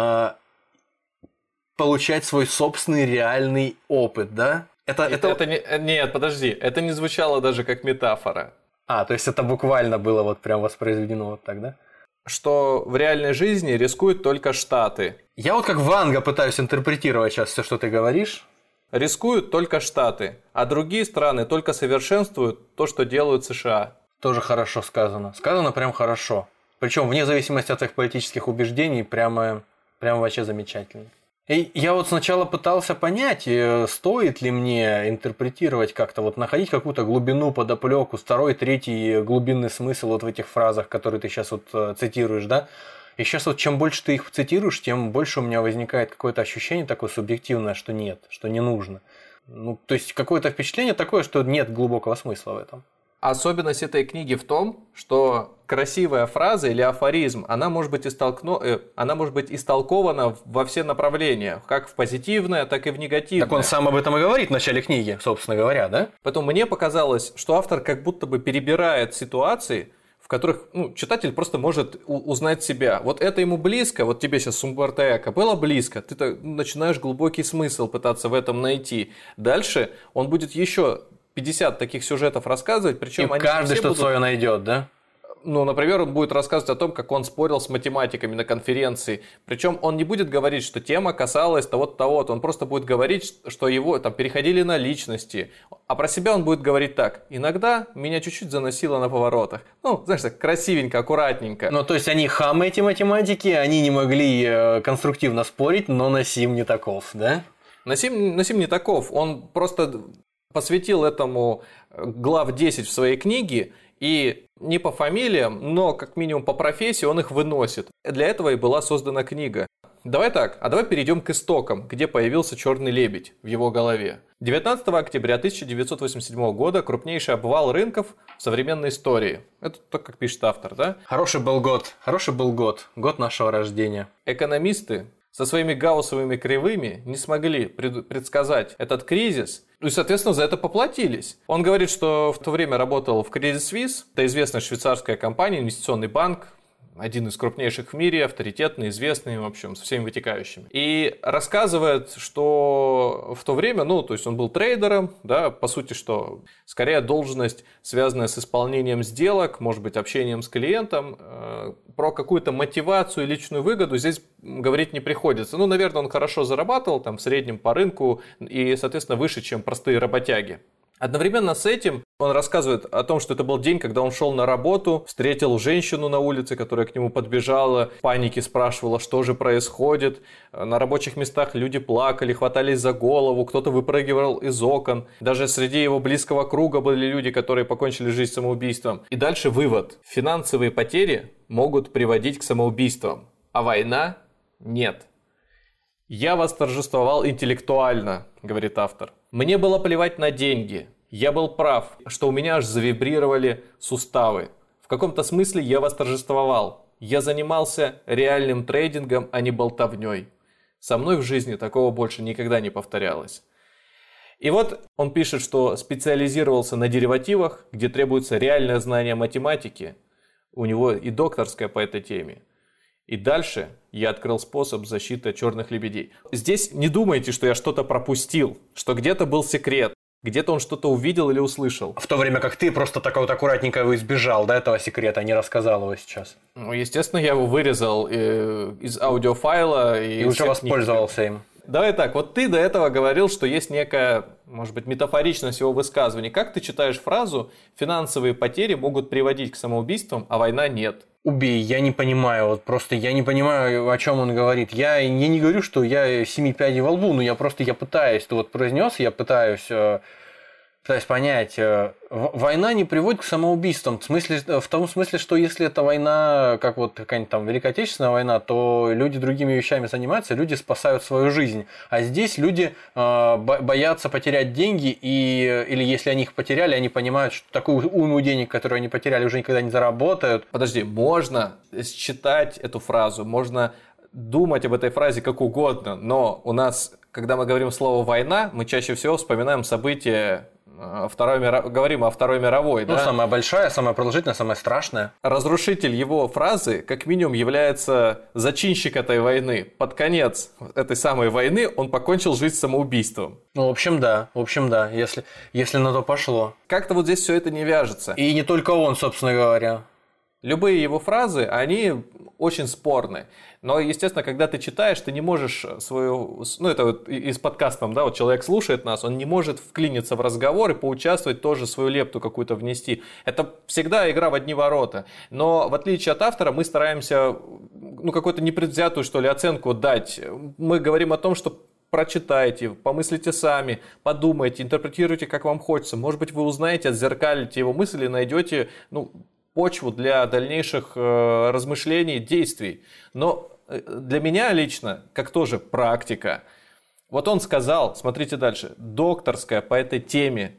получать свой собственный реальный опыт, да? Нет, подожди, это не звучало даже как метафора. То есть это буквально было вот прям воспроизведено вот так, да? Что в реальной жизни рискуют только Штаты. Я вот как Ванга пытаюсь интерпретировать сейчас все, что ты говоришь. Рискуют только Штаты, а другие страны только совершенствуют то, что делают США. Тоже хорошо сказано. Сказано прям хорошо. Причем вне зависимости от твоих политических убеждений, прямо вообще замечательно. И я вот сначала пытался понять, стоит ли мне интерпретировать как-то, вот находить какую-то глубину, подоплеку, второй, третий глубинный смысл вот в этих фразах, которые ты сейчас вот цитируешь, да? И сейчас вот чем больше ты их цитируешь, тем больше у меня возникает какое-то ощущение такое субъективное, что нет, что не нужно. Ну, то есть какое-то впечатление такое, что нет глубокого смысла в этом. Особенность этой книги в том, что красивая фраза или афоризм, она может быть истолкована во все направления, как в позитивное, так и в негативное. Так он сам об этом и говорит в начале книги, собственно говоря, да? Поэтому мне показалось, что автор как будто бы перебирает ситуации, в которых читатель просто может узнать себя. Вот это ему близко, вот тебе сейчас Умберто Эко было близко, ты начинаешь глубокий смысл пытаться в этом найти. Дальше он будет еще 50 таких сюжетов рассказывать, причем и каждый что-то свое найдет, да? Ну, например, он будет рассказывать о том, как он спорил с математиками на конференции. Причем он не будет говорить, что тема касалась того-то, того-то. Он просто будет говорить, что его там переходили на личности. А про себя он будет говорить так. Иногда меня чуть-чуть заносило на поворотах. Ну, знаешь, так красивенько, аккуратненько. Ну, то есть они хамы, эти математики, они не могли конструктивно спорить, но Насим не таков, да? Насим не таков. Он просто посвятил этому глав 10 в своей книге. И не по фамилиям, но как минимум по профессии он их выносит. Для этого и была создана книга. Давай перейдем к истокам, где появился черный лебедь в его голове. 19 октября 1987 года крупнейший обвал рынков в современной истории. Это так, как пишет автор, да? Хороший был год нашего рождения. Экономисты со своими гауссовыми кривыми не смогли предсказать этот кризис, и, соответственно, за это поплатились. Он говорит, что в то время работал в Credit Suisse, это известная швейцарская компания, инвестиционный банк, один из крупнейших в мире, авторитетный, известный, в общем, со всеми вытекающими. И рассказывает, что в то время, то есть он был трейдером, да, по сути, что скорее должность, связанная с исполнением сделок, может быть, общением с клиентом, про какую-то мотивацию и личную выгоду здесь говорить не приходится. Наверное, он хорошо зарабатывал, там, в среднем по рынку и, соответственно, выше, чем простые работяги. Одновременно с этим он рассказывает о том, что это был день, когда он шел на работу, встретил женщину на улице, которая к нему подбежала, в панике спрашивала, что же происходит. На рабочих местах люди плакали, хватались за голову, кто-то выпрыгивал из окон. Даже среди его близкого круга были люди, которые покончили жизнь самоубийством. И дальше вывод. Финансовые потери могут приводить к самоубийствам, а война – нет. «Я восторжествовал интеллектуально», – говорит автор. «Мне было плевать на деньги. Я был прав, что у меня аж завибрировали суставы. В каком-то смысле я восторжествовал. Я занимался реальным трейдингом, а не болтовней. Со мной в жизни такого больше никогда не повторялось». И вот он пишет, что специализировался на деривативах, где требуется реальное знание математики. У него и докторская по этой теме. И дальше я открыл способ защиты от черных лебедей. Здесь не думайте, что я что-то пропустил, что где-то был секрет, где-то он что-то увидел или услышал. В то время как ты просто так вот аккуратненько избежал, да, этого секрета, а не рассказал его сейчас. Естественно, я его вырезал из аудиофайла. И уже воспользовался им. Давай так, вот ты до этого говорил, что есть некая, может быть, метафоричность его высказываний. Как ты читаешь фразу «финансовые потери могут приводить к самоубийствам, а война нет»? Убей, я не понимаю, я не понимаю, о чем он говорит. Я не говорю, что я 7 пядей во лбу, но я пытаюсь, ты вот произнес, я пытаюсь понять, война не приводит к самоубийствам, в том смысле, что если это война, как вот какая-нибудь там Великая Отечественная война, то люди другими вещами занимаются, люди спасают свою жизнь, а здесь люди боятся потерять деньги, или если они их потеряли, они понимают, что такую уйму денег, которую они потеряли, уже никогда не заработают. Подожди, можно считать эту фразу, можно думать об этой фразе как угодно, но у нас, когда мы говорим слово «война», мы чаще всего вспоминаем события говорим о Второй мировой. Да? Самая большая, самая продолжительная, самая страшная. Разрушитель его фразы, как минимум, является зачинщик этой войны. Под конец этой самой войны он покончил жизнь самоубийством. В общем, да, если на то пошло. Как-то вот здесь все это не вяжется. И не только он, собственно говоря. Любые его фразы, они очень спорны. Но, естественно, когда ты читаешь, ты не можешь это вот из подкаста, да, вот человек слушает нас, он не может вклиниться в разговор и поучаствовать, тоже свою лепту какую-то внести. Это всегда игра в одни ворота. Но, в отличие от автора, мы стараемся, какую-то непредвзятую, что ли, оценку дать. Мы говорим о том, что прочитайте, помыслите сами, подумайте, интерпретируйте, как вам хочется. Может быть, вы узнаете, отзеркалите его мысли и найдете, почву для дальнейших размышлений, действий. Но для меня лично, как тоже практика, вот он сказал, смотрите дальше, докторская по этой теме,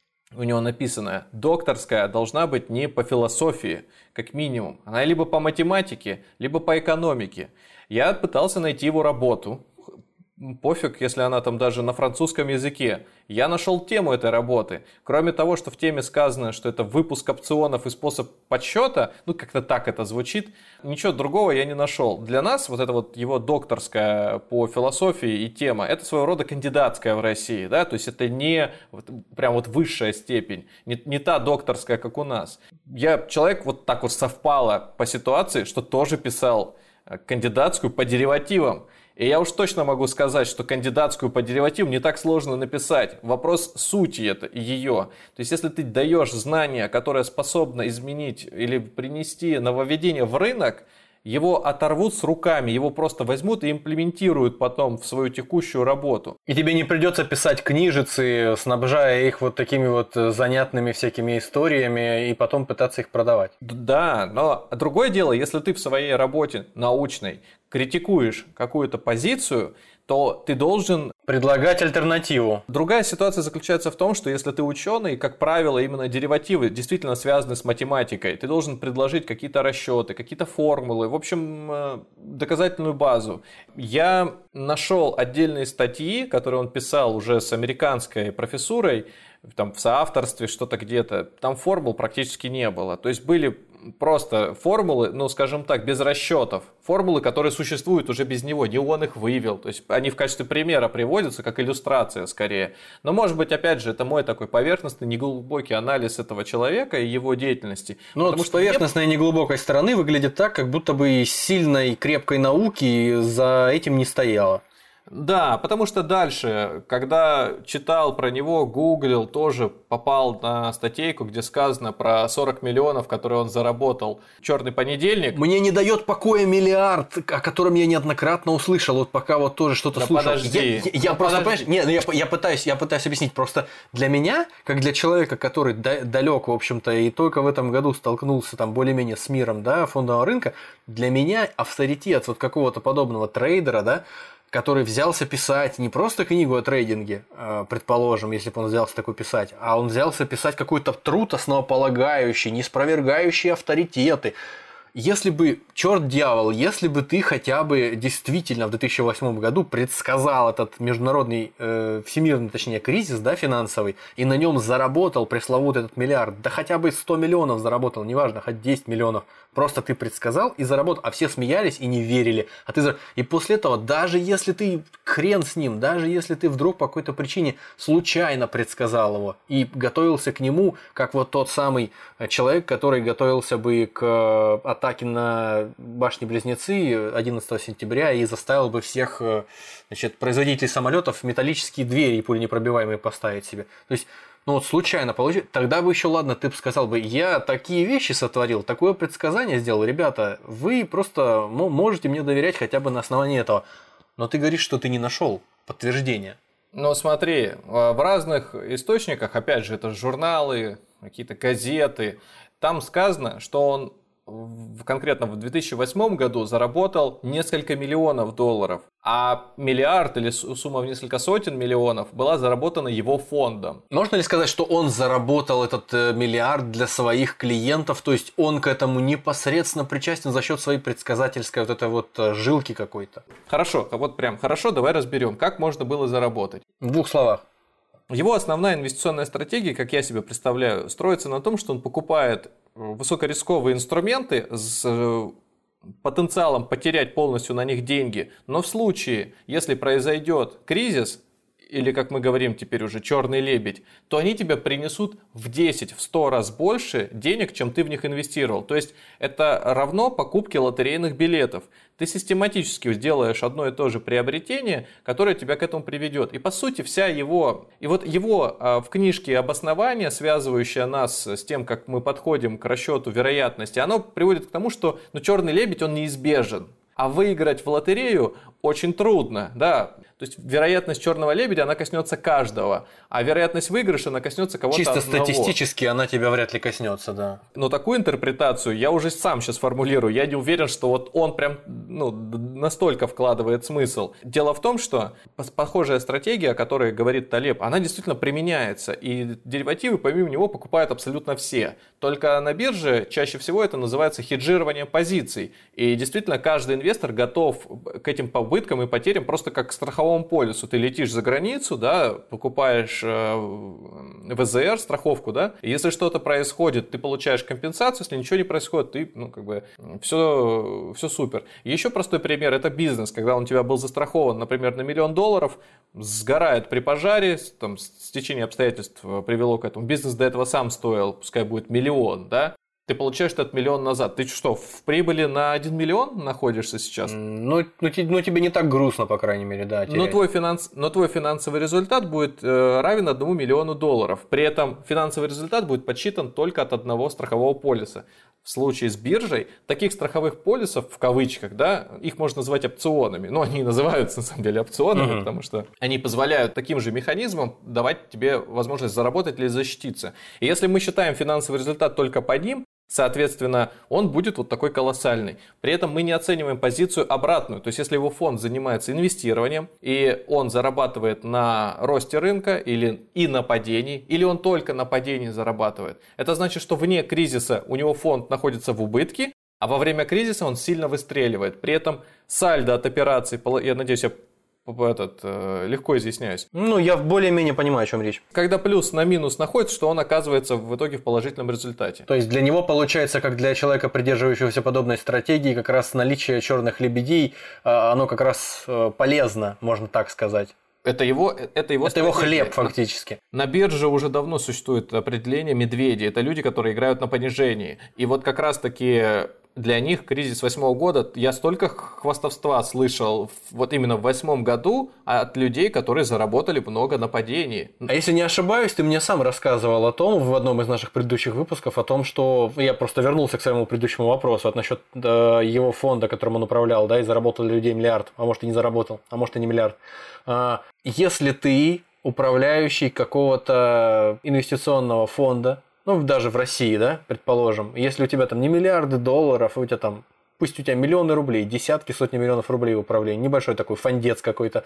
у него написано, докторская должна быть не по философии, как минимум. Она либо по математике, либо по экономике. Я пытался найти его работу. Пофиг, если она там даже на французском языке. Я нашел тему этой работы. Кроме того, что в теме сказано, что это выпуск опционов и способ подсчета, ну как-то так это звучит, ничего другого я не нашел. Для нас вот это вот его докторская по философии и тема, это своего рода кандидатская в России, да, то есть это не прям вот высшая степень, не та докторская, как у нас. Я человек вот так вот совпало по ситуации, что тоже писал кандидатскую по деривативам. И я уж точно могу сказать, что кандидатскую по деривативам не так сложно написать. Вопрос сути это и ее. То есть, если ты даешь знание, которое способно изменить или принести нововведение в рынок, его оторвут с руками, его просто возьмут и имплементируют потом в свою текущую работу. И тебе не придется писать книжицы, снабжая их вот такими вот занятными всякими историями и потом пытаться их продавать. Да, но другое дело, если ты в своей работе научной критикуешь какую-то позицию, то ты должен предлагать альтернативу. Другая ситуация заключается в том, что если ты ученый, как правило, именно деривативы действительно связаны с математикой. Ты должен предложить какие-то расчеты, какие-то формулы, в общем, доказательную базу. Я нашел отдельные статьи, которые он писал уже с американской профессурой, там в соавторстве что-то где-то. Там формул практически не было. То есть были просто формулы, ну, скажем так, без расчетов. Формулы, которые существуют уже без него, не он их вывел. То есть они в качестве примера приводятся, как иллюстрация скорее. Но, может быть, опять же, это мой такой поверхностный, неглубокий анализ этого человека и его деятельности. Ну, вот с поверхностной и неглубокой стороны выглядит так, как будто бы сильной, крепкой науки за этим не стояло. Да, потому что дальше, когда читал про него, гуглил, тоже попал на статейку, где сказано про 40 миллионов, которые он заработал в «Черный понедельник». Мне не дает покоя миллиард, о котором я неоднократно услышал, вот пока вот тоже что-то слушал. Подожди. Я просто, понимаешь, я пытаюсь объяснить, просто для меня, как для человека, который далек, в общем-то, и только в этом году столкнулся там более-менее с миром, да, фондового рынка, для меня авторитет вот какого-то подобного трейдера, да, который взялся писать не просто книгу о трейдинге, предположим, если бы он взялся такой писать, а он взялся писать какой-то труд основополагающий, не опровергающий авторитеты. Если бы, черт дьявол, если бы ты хотя бы действительно в 2008 году предсказал этот международный, всемирный, точнее, кризис, да, финансовый, и на нем заработал пресловутый этот миллиард, да хотя бы 100 миллионов заработал, неважно, хоть 10 миллионов, просто ты предсказал и заработал, а все смеялись и не верили. И после этого, даже если ты хрен с ним, даже если ты вдруг по какой-то причине случайно предсказал его и готовился к нему, как вот тот самый человек, который готовился бы к атаке на башни-близнецы 11 сентября и заставил бы всех, значит, производителей самолетов металлические двери пуленепробиваемые поставить себе. То есть, ну вот случайно получилось, тогда бы еще ладно, ты бы сказал бы, я такие вещи сотворил, такое предсказание сделал, ребята, вы просто можете мне доверять хотя бы на основании этого. Но ты говоришь, что ты не нашел подтверждения. Ну смотри, в разных источниках, опять же, это журналы, какие-то газеты, там сказано, что он конкретно в 2008 году заработал несколько миллионов долларов, а миллиард или сумма в несколько сотен миллионов была заработана его фондом. Можно ли сказать, что он заработал этот миллиард для своих клиентов, то есть он к этому непосредственно причастен за счет своей предсказательской вот этой вот жилки какой-то? Хорошо, вот прям хорошо, давай разберем, как можно было заработать. В двух словах. Его основная инвестиционная стратегия, как я себе представляю, строится на том, что он покупает высокорисковые инструменты с потенциалом потерять полностью на них деньги, но в случае, если произойдет кризис, или, как мы говорим теперь уже, черный лебедь, то они тебе принесут в 10, в 100 раз больше денег, чем ты в них инвестировал. То есть это равно покупке лотерейных билетов. Ты систематически сделаешь одно и то же приобретение, которое тебя к этому приведет. И по сути вся его... И вот его в книжке обоснование, связывающее нас с тем, как мы подходим к расчету вероятности, оно приводит к тому, что черный лебедь, он неизбежен. А выиграть в лотерею очень трудно, да. То есть вероятность черного лебедя, она коснется каждого, а вероятность выигрыша, она коснется кого-то Чисто одного. статистически она тебя вряд ли коснется, да. Но такую интерпретацию я уже сам сейчас формулирую. Я не уверен, что вот он прям настолько вкладывает смысл. Дело в том, что похожая стратегия, о которой говорит Талеб, она действительно применяется. И деривативы помимо него покупают абсолютно все. Только на бирже чаще всего это называется хеджирование позиций. И действительно каждый инвестор готов к этим убыткам и потерям просто как к страховому полису. Ты летишь за границу, да, покупаешь ВЗР, страховку, да, и если что-то происходит, ты получаешь компенсацию, если ничего не происходит, ты, все супер. Еще простой пример, это бизнес, когда он у тебя был застрахован, например, на $1 миллион, сгорает при пожаре, там, стечение обстоятельств привело к этому, бизнес до этого сам стоил, пускай будет $1 миллион, да, ты получаешь этот $1 миллион назад. Ты что, в прибыли на 1 миллион находишься сейчас? Тебе не так грустно, по крайней мере, да. Но твой финансовый результат будет равен $1 миллиону. При этом финансовый результат будет подсчитан только от одного страхового полиса. В случае с биржей таких страховых полисов, в кавычках, да, их можно назвать опционами. Но они и называются, на самом деле, опционами, потому что они позволяют таким же механизмам давать тебе возможность заработать или защититься. И если мы считаем финансовый результат только по ним, соответственно, он будет вот такой колоссальный. При этом мы не оцениваем позицию обратную. То есть, если его фонд занимается инвестированием, и он зарабатывает на росте рынка или и на падении, или он только на падении зарабатывает, это значит, что вне кризиса у него фонд находится в убытке, а во время кризиса он сильно выстреливает. При этом сальдо от операций, я надеюсь, я легко изъясняюсь. Я более-менее понимаю, о чем речь. Когда плюс на минус находится, что он оказывается в итоге в положительном результате. То есть для него получается, как для человека, придерживающегося подобной стратегии, как раз наличие черных лебедей, оно как раз полезно, можно так сказать. Это его хлеб фактически. На бирже уже давно существует определение медведи. Это люди, которые играют на понижении. И вот как раз таки для них кризис 2008 года, я столько хвастовства слышал вот именно в 2008 году от людей, которые заработали много на падении. А если не ошибаюсь, ты мне сам рассказывал о том, в одном из наших предыдущих выпусков, о том, что я просто вернулся к своему предыдущему вопросу насчет его фонда, которым он управлял, да, и заработал для людей миллиард, а может и не заработал, а может и не миллиард. Если ты управляющий какого-то инвестиционного фонда, даже в России, да, предположим, если у тебя там не миллиарды долларов, а у тебя там, пусть у тебя миллионы рублей, десятки, сотни миллионов рублей в управлении, небольшой такой фондец какой-то,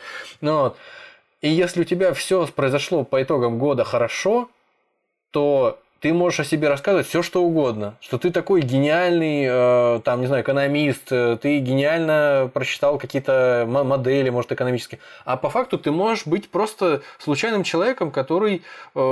и если у тебя все произошло по итогам года хорошо, то ты можешь о себе рассказывать все, что угодно, что ты такой гениальный, экономист, ты гениально просчитал какие-то модели, может, экономические, а по факту ты можешь быть просто случайным человеком, который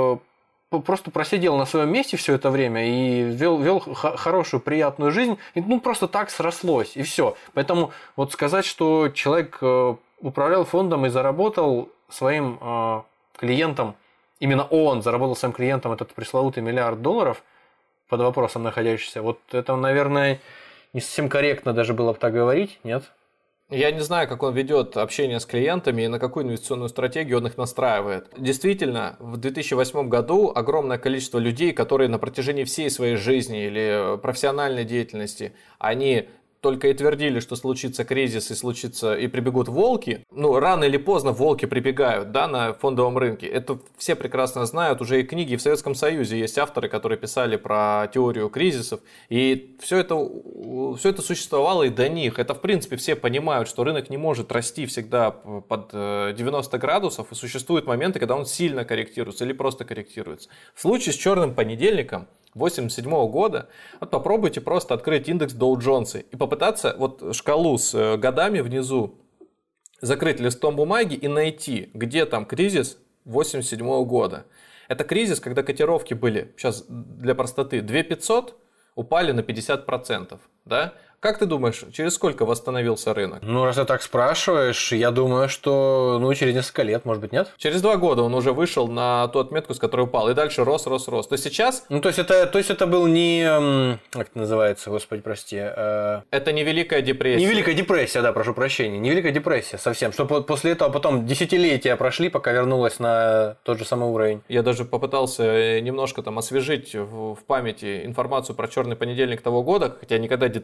просто просидел на своем месте все это время и вел хорошую, приятную жизнь, и просто так срослось, и все. Поэтому вот сказать, что человек управлял фондом и заработал своим клиентам, именно он заработал своим клиентам этот пресловутый $1 миллиард, под вопросом находящийся, вот это, наверное, не совсем корректно даже было бы так говорить, нет? Я не знаю, как он ведет общение с клиентами и на какую инвестиционную стратегию он их настраивает. Действительно, в 2008 году огромное количество людей, которые на протяжении всей своей жизни или профессиональной деятельности, они только и твердили, что случится кризис и прибегут волки. Рано или поздно волки прибегают, да, на фондовом рынке. Это все прекрасно знают, уже и книги в Советском Союзе есть авторы, которые писали про теорию кризисов. И все это существовало и до них. Это, в принципе, все понимают, что рынок не может расти всегда под 90 градусов, и существуют моменты, когда он сильно корректируется или просто корректируется. В случае с черным понедельником 1987 года, попробуйте просто открыть индекс Dow Jones и попытаться шкалу с годами внизу закрыть листом бумаги и найти, где там кризис 1987 года. Это кризис, когда котировки были, сейчас для простоты, 2500, упали на 50%. Да? Как ты думаешь, через сколько восстановился рынок? Раз ты так спрашиваешь, я думаю, что через несколько лет, может быть, нет? Через 2 года он уже вышел на ту отметку, с которой упал, и дальше рос. То есть сейчас... То есть это был не... Как это называется, господи, прости? Это не Великая депрессия. Не Великая депрессия, да, прошу прощения. Не Великая депрессия совсем. Что после этого потом десятилетия прошли, пока вернулась на тот же самый уровень. Я даже попытался немножко освежить в памяти информацию про черный понедельник того года, хотя никогда детально не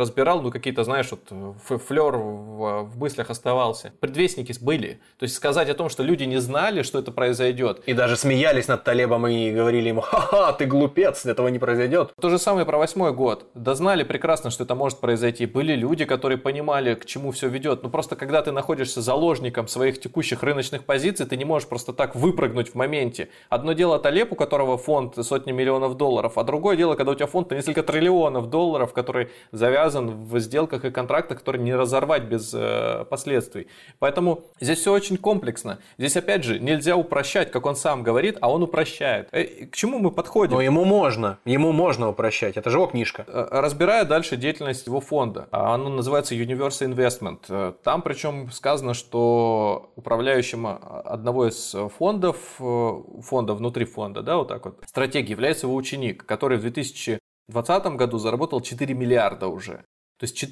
разбирал, ну какие-то, знаешь, вот флер в мыслях оставался. Предвестники были. То есть сказать о том, что люди не знали, что это произойдет. И даже смеялись над Талебом и говорили ему: ха-ха, ты глупец, этого не произойдет. То же самое про 8-й год. Да знали прекрасно, что это может произойти. Были люди, которые понимали, к чему все ведет. Но просто когда ты находишься заложником своих текущих рыночных позиций, ты не можешь просто так выпрыгнуть в моменте. Одно дело Талеб, у которого фонд сотни миллионов долларов, а другое дело, когда у тебя фонд на несколько триллионов долларов, который завязан в сделках и контрактах, которые не разорвать без последствий. Поэтому здесь все очень комплексно. Здесь, опять же, нельзя упрощать, как он сам говорит, а он упрощает. К чему мы подходим? Но ему можно упрощать, это же его книжка. Разбирая дальше деятельность его фонда, оно называется Universal Investment. Там причем сказано, что управляющим одного из фонда внутри фонда, да, вот так вот, стратегии является его ученик, который в 2020 году заработал 4 миллиарда уже. То есть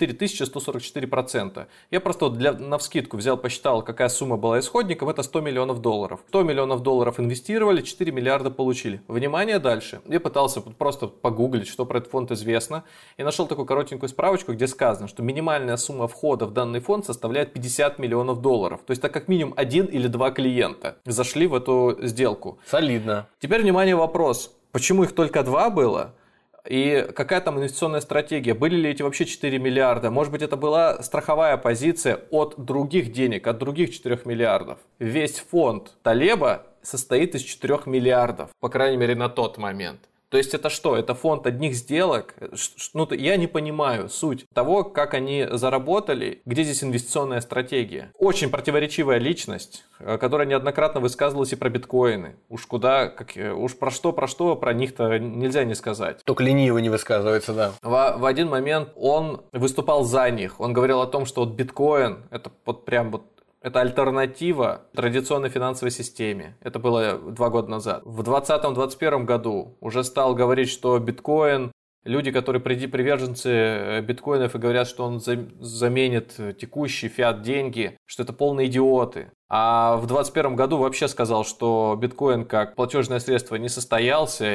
4144%. Я просто навскидку взял, посчитал, какая сумма была исходником. Это 100 миллионов долларов. 100 миллионов долларов инвестировали, 4 миллиарда получили. Внимание, дальше. Я пытался просто погуглить, что про этот фонд известно. И нашел такую коротенькую справочку, где сказано, что минимальная сумма входа в данный фонд составляет 50 миллионов долларов. То есть так как минимум 1 или 2 клиента зашли в эту сделку. Солидно. Теперь, внимание, вопрос. Почему их только 2 было? И какая там инвестиционная стратегия? Были ли эти вообще 4 миллиарда? Может быть, это была страховая позиция от других денег, от других 4 миллиардов? Весь фонд Талеба состоит из 4 миллиардов, по крайней мере, на тот момент. То есть это что? Это фонд одних сделок? Ну, я не понимаю суть того, как они заработали, где здесь инвестиционная стратегия. Очень противоречивая личность, которая неоднократно высказывалась и про биткоины. Уж про что, про них-то нельзя не сказать. Только лениво не высказывается, да. В один момент он выступал за них. Он говорил о том, что вот биткоин, это вот прям вот это альтернатива традиционной финансовой системе. Это было 2 года назад. В 2020-2021 году уже стал говорить, что биткоин, люди, которые приверженцы биткоинов и говорят, что он заменит текущие фиат-деньги, что это полные идиоты. А в 2021 году вообще сказал, что биткоин как платежное средство не состоялся,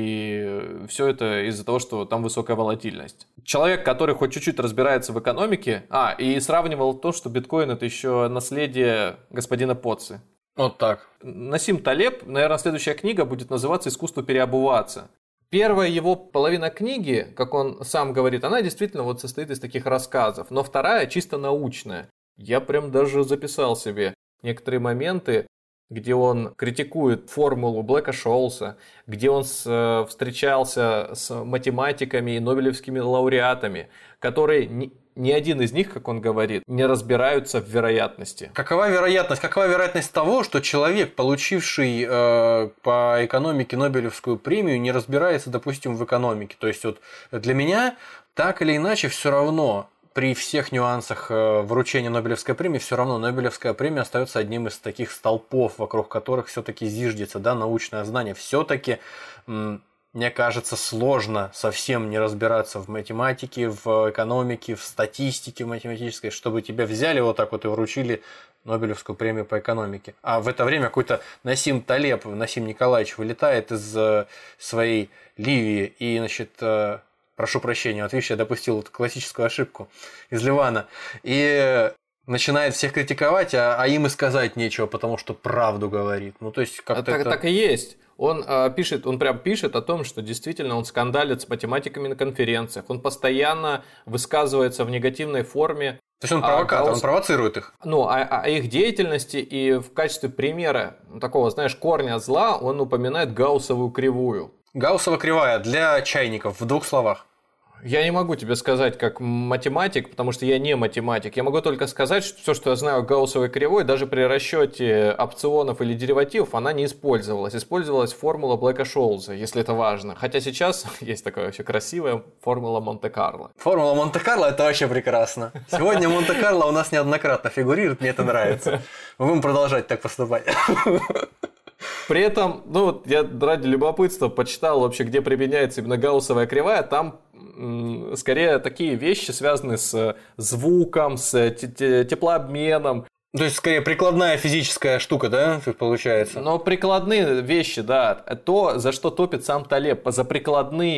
и все это из-за того, что там высокая волатильность. Человек, который хоть чуть-чуть разбирается в экономике, и сравнивал то, что биткоин это еще наследие господина Поцци. Вот так. Насим Талеб, наверное, следующая книга будет называться «Искусство переобуваться». Первая его половина книги, как он сам говорит, она действительно вот состоит из таких рассказов, но вторая чисто научная. Я прям даже записал себе некоторые моменты, где он критикует формулу Блэка-Шоулса, где он встречался с математиками и нобелевскими лауреатами, которые ни один из них, как он говорит, не разбираются в вероятности. Какова вероятность того, что человек, получивший по экономике Нобелевскую премию, не разбирается, допустим, в экономике? То есть вот для меня так или иначе все равно, при всех нюансах вручения Нобелевской премии, все равно Нобелевская премия остается одним из таких столпов, вокруг которых все-таки зиждется, да, научное знание. Все-таки, мне кажется, сложно совсем не разбираться в математике, в экономике, в статистике математической, чтобы тебя взяли вот так вот и вручили Нобелевскую премию по экономике. А в это время какой-то Насим Николаевич вылетает из своей Ливии и, значит, прошу прощения, вот видишь, я допустил классическую ошибку из Ливана. И начинает всех критиковать, а им и сказать нечего, потому что правду говорит. Ну, то есть, как-то так и есть. Он прям пишет о том, что действительно он скандалит с математиками на конференциях. Он постоянно высказывается в негативной форме. То есть он провокатор, он провоцирует их. О их деятельности, и в качестве примера такого, знаешь, корня зла он упоминает гауссовую кривую. Гауссова кривая для чайников в 2 словах. Я не могу тебе сказать как математик, потому что я не математик. Я могу только сказать, что все, что я знаю о гауссовой кривой, даже при расчете опционов или деривативов, она не использовалась. Использовалась формула Блэка-Шоулса, если это важно. Хотя сейчас есть такая вообще красивая формула Монте-Карло. Формула Монте-Карло – это вообще прекрасно. Сегодня Монте-Карло у нас неоднократно фигурирует, мне это нравится. Мы будем продолжать так поступать. При этом, я ради любопытства почитал вообще, где применяется именно гауссовая кривая. Там скорее такие вещи, связанные с звуком, с теплообменом. То есть, скорее, прикладная физическая штука, да, получается? Но прикладные вещи, да. То, за что топит сам Талеб, за прикладные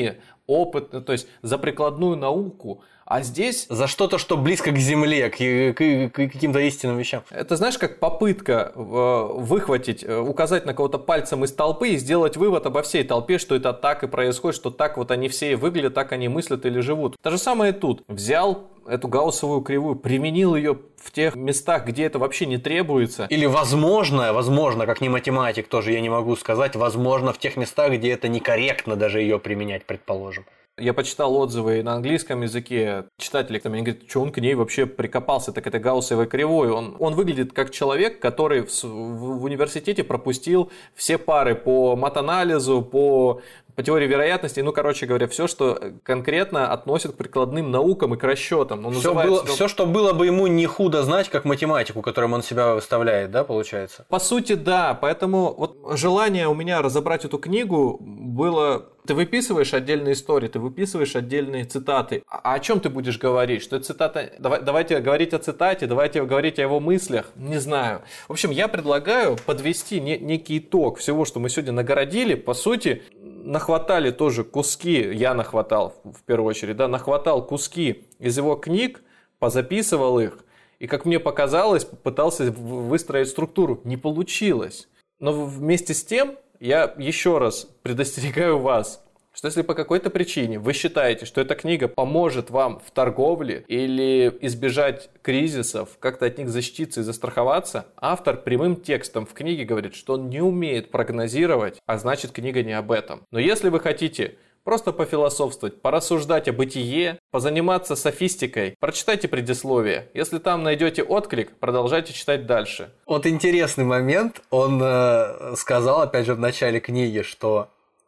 опыт, то есть за прикладную науку. А здесь... За что-то, что близко к земле, к каким-то истинным вещам. Это знаешь, как попытка выхватить, указать на кого-то пальцем из толпы и сделать вывод обо всей толпе, что это так и происходит, что так вот они все выглядят, так они мыслят или живут. То же самое тут. Взял эту гауссовую кривую, применил ее в тех местах, где это вообще не требуется. Или возможно, как не математик тоже я не могу сказать, возможно в тех местах, где это некорректно даже ее применять, предположим. Я почитал отзывы на английском языке, читатели там, они говорят, что он к ней вообще прикопался, так это гауссовой кривой. Он выглядит как человек, который в университете пропустил все пары по матанализу, по теории вероятности, короче говоря, все, что конкретно относит к прикладным наукам и к расчетам. Все, что было бы ему не худо знать, как математику, которым он себя выставляет, да, получается? По сути, да. Поэтому вот желание у меня разобрать эту книгу было... Ты выписываешь отдельные истории, ты выписываешь отдельные цитаты. А о чем ты будешь говорить? Что это цитата? Давайте говорить о цитате, давайте говорить о его мыслях. Не знаю. В общем, я предлагаю подвести некий итог всего, что мы сегодня нагородили. По сути, нахватали тоже куски, я нахватал в первую очередь, да, нахватал куски из его книг, позаписывал их. И, как мне показалось, попытался выстроить структуру. Не получилось. Но вместе с тем... Я еще раз предостерегаю вас, что если по какой-то причине вы считаете, что эта книга поможет вам в торговле или избежать кризисов, как-то от них защититься и застраховаться, автор прямым текстом в книге говорит, что он не умеет прогнозировать, а значит книга не об этом. Но если вы хотите просто пофилософствовать, порассуждать о бытие, позаниматься софистикой, прочитайте предисловие. Если там найдете отклик, продолжайте читать дальше. Вот интересный момент. Он сказал, опять же, в начале книги, что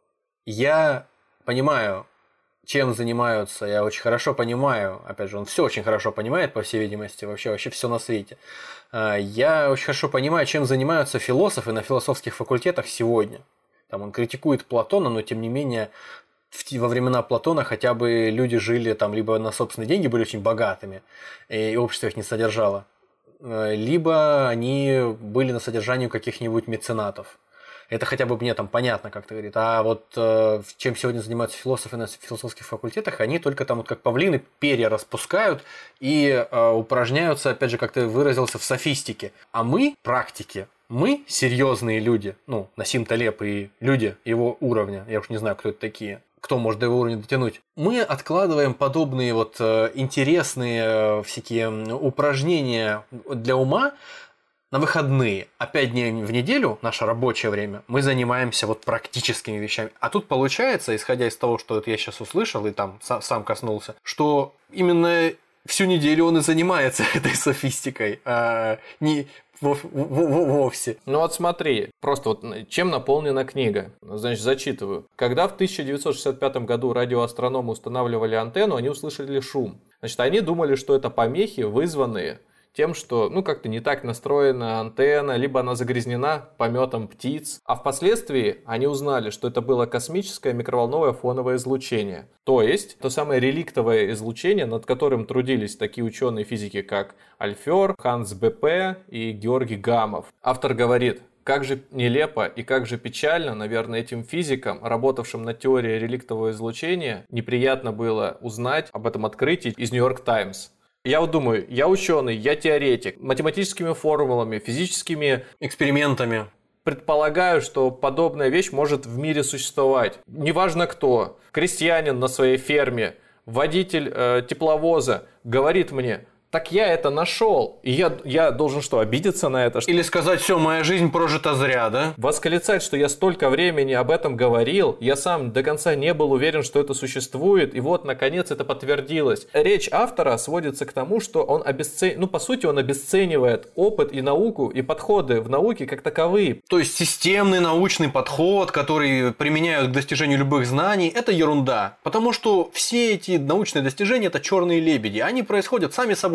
я понимаю, чем занимаются, я очень хорошо понимаю, опять же, он все очень хорошо понимает, по всей видимости, вообще все на свете. Я очень хорошо понимаю, чем занимаются философы на философских факультетах сегодня. Там он критикует Платона, но тем не менее... Во времена Платона хотя бы люди жили там либо на собственные деньги, были очень богатыми, и общество их не содержало, либо они были на содержании у каких-нибудь меценатов. Это хотя бы мне там понятно, как ты говоришь. А вот чем сегодня занимаются философы на философских факультетах, они только там вот как павлины перья распускают и упражняются, опять же, как ты выразился, в софистике. А мы, практики, мы, серьезные люди, Насим Талеб и люди его уровня, я уж не знаю, кто это такие, кто может до его уровня дотянуть, мы откладываем подобные вот интересные всякие упражнения для ума на выходные. А 5 дней в неделю, наше рабочее время, мы занимаемся вот практическими вещами. А тут получается, исходя из того, что я сейчас услышал и там сам коснулся, что именно всю неделю он и занимается этой софистикой, а не... вовсе. Вот смотри, просто вот чем наполнена книга. Значит, зачитываю. Когда в 1965 году радиоастрономы устанавливали антенну, они услышали шум. Значит, они думали, что это помехи, вызванные тем, что, как-то не так настроена антенна, либо она загрязнена пометом птиц. А впоследствии они узнали, что это было космическое микроволновое фоновое излучение. То есть, то самое реликтовое излучение, над которым трудились такие ученые физики, как Альфер, Ханс Б.П. и Георгий Гамов. Автор говорит, как же нелепо и как же печально, наверное, этим физикам, работавшим над теорией реликтового излучения, неприятно было узнать об этом открытии из Нью-Йорк Таймс. Я вот думаю, я ученый, я теоретик, математическими формулами, физическими экспериментами предполагаю, что подобная вещь может в мире существовать. Неважно кто, крестьянин на своей ферме, водитель тепловоза говорит мне, так я это нашел. И я должен что, обидеться на это? Или сказать, все, моя жизнь прожита зря, да? Восклицать, что я столько времени об этом говорил, я сам до конца не был уверен, что это существует, и вот, наконец, это подтвердилось. Речь автора сводится к тому, что он по сути, он обесценивает опыт и науку, и подходы в науке как таковые. То есть, системный научный подход, который применяют к достижению любых знаний, это ерунда. Потому что все эти научные достижения – это черные лебеди. Они происходят сами собой.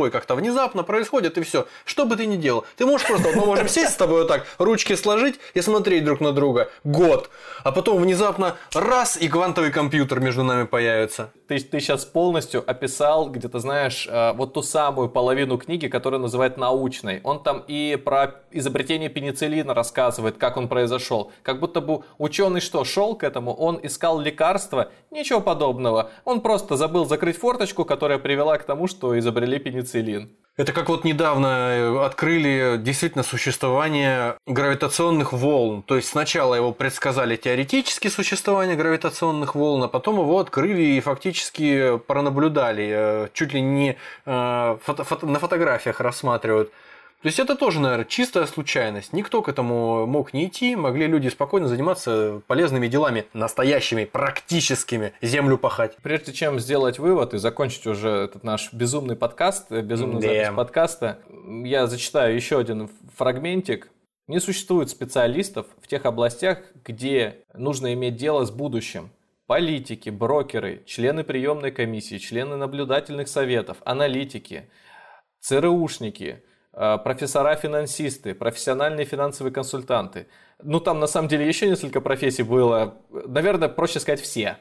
тобой как-то внезапно происходит, и все. Что бы ты ни делал, ты можешь просто, мы можем сесть с тобой вот так, ручки сложить и смотреть друг на друга год, а потом внезапно раз, и квантовый компьютер между нами появится. Ты сейчас полностью описал, где ты знаешь, вот ту самую половину книги, которую называют научной. Он там и про изобретение пенициллина рассказывает, как он произошел. Как будто бы ученый что, шел к этому, он искал лекарства, ничего подобного. Он просто забыл закрыть форточку, которая привела к тому, что изобрели пенициллин. Это как вот недавно открыли действительно существование гравитационных волн. То есть сначала его предсказали теоретически существование гравитационных волн, а потом его открыли и фактически пронаблюдали. Чуть ли не на фотографиях рассматривают. То есть это тоже, наверное, чистая случайность. Никто к этому мог не идти, могли люди спокойно заниматься полезными делами, настоящими, практическими, землю пахать. Прежде чем сделать вывод и закончить уже этот наш безумный подкаст, безумную запись подкаста, я зачитаю еще один фрагментик. Не существует специалистов в тех областях, где нужно иметь дело с будущим. Политики, брокеры, члены приемной комиссии, члены наблюдательных советов, аналитики, ЦРУшники, профессора-финансисты, профессиональные финансовые консультанты. Ну, там на самом деле еще несколько профессий было. Наверное, проще сказать все.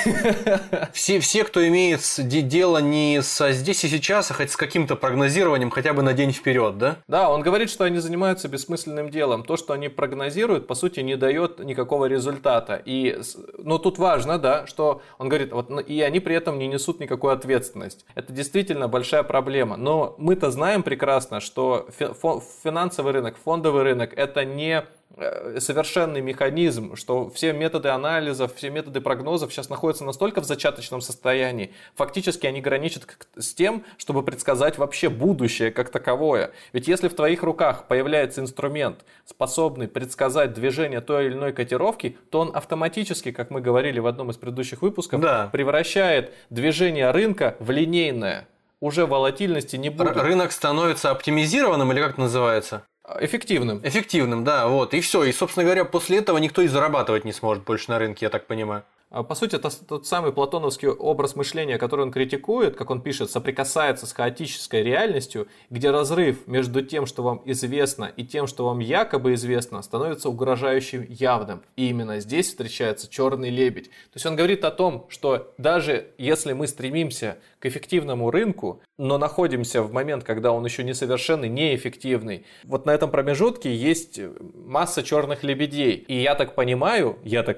Все, кто имеет дело не со здесь и сейчас, а хоть с каким-то прогнозированием хотя бы на день вперед, да? Да, он говорит, что они занимаются бессмысленным делом. То, что они прогнозируют, по сути, не дает никакого результата. Но тут важно, да, что он говорит, и они при этом не несут никакую ответственность. Это действительно большая проблема. Но мы-то знаем прекрасно, что финансовый рынок, фондовый рынок – это не совершенный механизм, что все методы анализов, все методы прогнозов сейчас находятся настолько в зачаточном состоянии, фактически они граничат с тем, чтобы предсказать вообще будущее как таковое. Ведь если в твоих руках появляется инструмент, способный предсказать движение той или иной котировки, то он автоматически, как мы говорили в одном из предыдущих выпусков, превращает движение рынка в линейное. Уже волатильности не будет. Рынок становится оптимизированным, или как это называется? Эффективным, да, вот, и все. И, собственно говоря, после этого никто и зарабатывать не сможет больше на рынке, я так понимаю. По сути, это тот самый платоновский образ мышления, который он критикует, как он пишет, соприкасается с хаотической реальностью, где разрыв между тем, что вам известно, и тем, что вам якобы известно, становится угрожающим явным. И именно здесь встречается черный лебедь. То есть он говорит о том, что даже если мы стремимся к эффективному рынку, но находимся в момент, когда он еще несовершенный, неэффективный, вот на этом промежутке есть масса черных лебедей. И я так понимаю,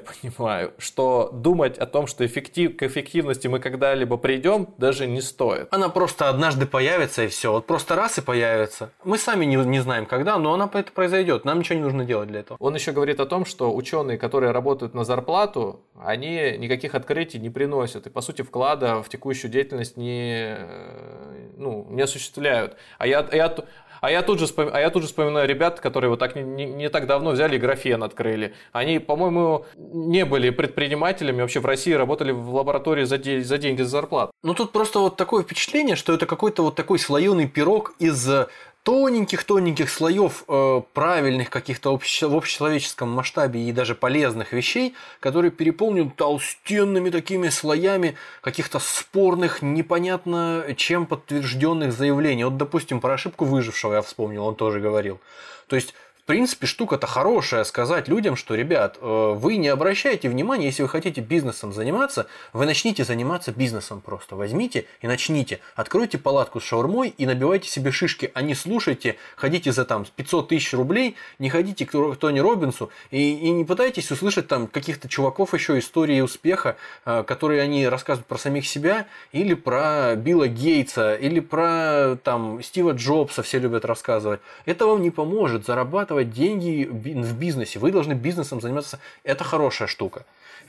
что думать о том, что к эффективности мы когда-либо придем, даже не стоит. Она просто однажды появится и все. Вот просто раз и появится. Мы сами не знаем когда, но это произойдет. Нам ничего не нужно делать для этого. Он еще говорит о том, что ученые, которые работают на зарплату, они никаких открытий не приносят. И по сути вклада в текущую деятельность не осуществляют. А я тут же вспоминаю ребят, которые вот так не так давно взяли и графен открыли. Они, по-моему, не были предпринимателями, вообще в России работали в лаборатории за деньги, за зарплату. Ну тут просто вот такое впечатление, что это какой-то вот такой слоеный пирог из тоненьких слоев правильных каких-то в общечеловеческом масштабе и даже полезных вещей, которые переполнены толстенными такими слоями каких-то спорных, непонятно чем подтвержденных заявлений. Вот, допустим, про ошибку выжившего я вспомнил, он тоже говорил. То есть, в принципе, штука-то хорошая сказать людям, что, ребят, вы не обращайте внимания, если вы хотите бизнесом заниматься, вы начните заниматься бизнесом просто. Возьмите и начните. Откройте палатку с шаурмой и набивайте себе шишки, а не слушайте, ходите за 500 тысяч рублей, не ходите к Тони Роббинсу и не пытайтесь услышать там каких-то чуваков еще истории успеха, которые они рассказывают про самих себя, или про Билла Гейтса, или про Стива Джобса все любят рассказывать. Это вам не поможет зарабатывать деньги в бизнесе. Вы должны бизнесом заниматься. Это хорошая штука.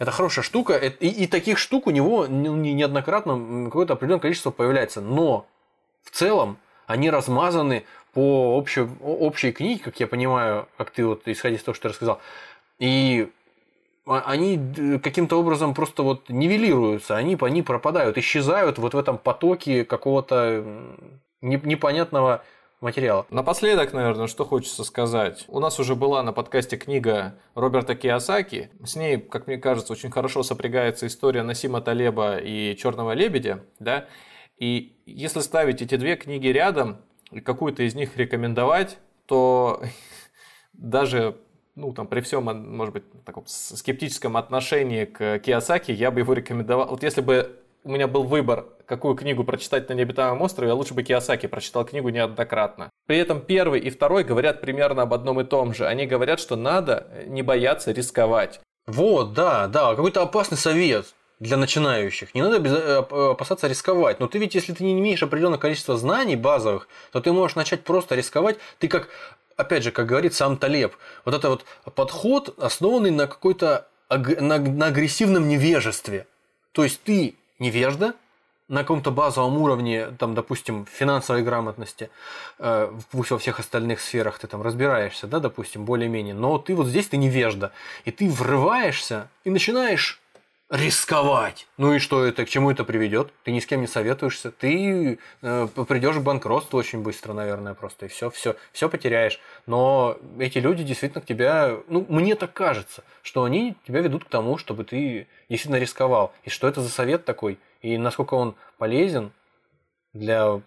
И таких штук у него неоднократно какое-то определенное количество появляется. Но в целом они размазаны по общей книге, как я понимаю, как ты вот исходя из того, что ты рассказал. И они каким-то образом просто вот нивелируются, они пропадают, исчезают вот в этом потоке какого-то непонятного материала. Напоследок, наверное, что хочется сказать. У нас уже была на подкасте книга Роберта Кийосаки. С ней, как мне кажется, очень хорошо сопрягается история Насима Талеба и Черного лебедя. Да? И если ставить эти две книги рядом и какую-то из них рекомендовать, то даже при всем, может быть, таком скептическом отношении к Кийосаки, я бы его рекомендовал. Вот если бы у меня был выбор, какую книгу прочитать на необитаемом острове, я лучше бы Кийосаки прочитал книгу неоднократно. При этом первый и второй говорят примерно об одном и том же. Они говорят, что надо не бояться рисковать. Вот, да, какой-то опасный совет для начинающих. Не надо опасаться рисковать. Но ты ведь, если ты не имеешь определенного количества знаний базовых, то ты можешь начать просто рисковать. Ты как, опять же, как говорит сам Талеб, вот это вот подход, основанный на какой-то на агрессивном невежестве. То есть ты невежда на каком-то базовом уровне, там, допустим, финансовой грамотности, пусть во всех остальных сферах ты там разбираешься, да, допустим, более-менее, но ты вот здесь ты невежда, и ты врываешься и начинаешь рисковать. Ну и что это, к чему это приведет? Ты ни с кем не советуешься, ты придешь к банкротству очень быстро, наверное, просто, и все потеряешь. Но эти люди действительно к тебя, мне так кажется, что они тебя ведут к тому, чтобы ты действительно рисковал. И что это за совет такой? И насколько он полезен для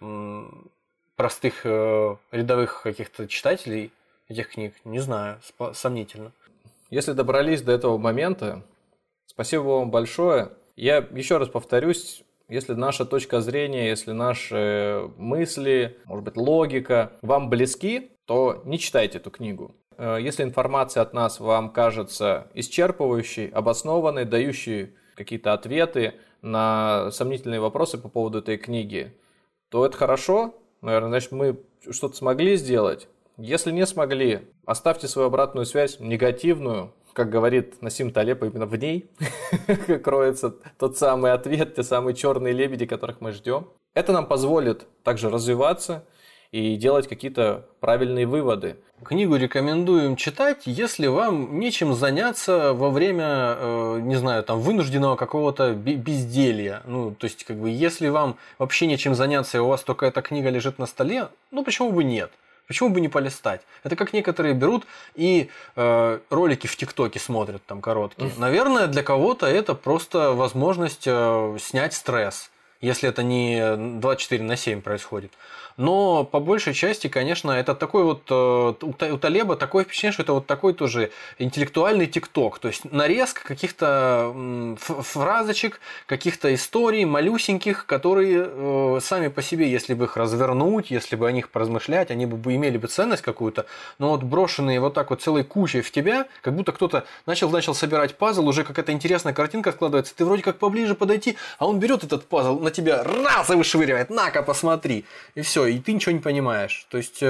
простых рядовых каких-то читателей этих книг, не знаю, сомнительно. Если добрались до этого момента, спасибо вам большое. Я еще раз повторюсь, если наша точка зрения, если наши мысли, может быть, логика вам близки, то не читайте эту книгу. Если информация от нас вам кажется исчерпывающей, обоснованной, дающей какие-то ответы на сомнительные вопросы по поводу этой книги, то это хорошо. Наверное, значит, мы что-то смогли сделать. Если не смогли, оставьте свою обратную связь, негативную. Как говорит Насим Талеб, именно в ней кроется тот самый ответ, те самые черные лебеди, которых мы ждем. Это нам позволит также развиваться и делать какие-то правильные выводы. Книгу рекомендуем читать, если вам нечем заняться во время, вынужденного какого-то безделья. То есть, если вам вообще нечем заняться, и у вас только эта книга лежит на столе, почему бы нет? Почему бы не полистать? Это как некоторые берут и ролики в ТикТоке смотрят, там короткие. Наверное, для кого-то это просто возможность снять стресс, если это не 24/7 происходит. Но по большей части, конечно, это такой вот у Талеба такое впечатление, что это вот такой тоже интеллектуальный ТикТок. То есть нарезка каких-то фразочек, каких-то историй малюсеньких, которые сами по себе, если бы их развернуть, если бы о них поразмышлять, они бы имели бы ценность какую-то. Но вот брошенные вот так вот целой кучей в тебя, как будто кто-то начал собирать пазл, уже какая-то интересная картинка складывается, ты вроде как поближе подойти, а он берет этот пазл на тебя раз и вышвыривает, на-ка, посмотри, и все. И ты ничего не понимаешь. То есть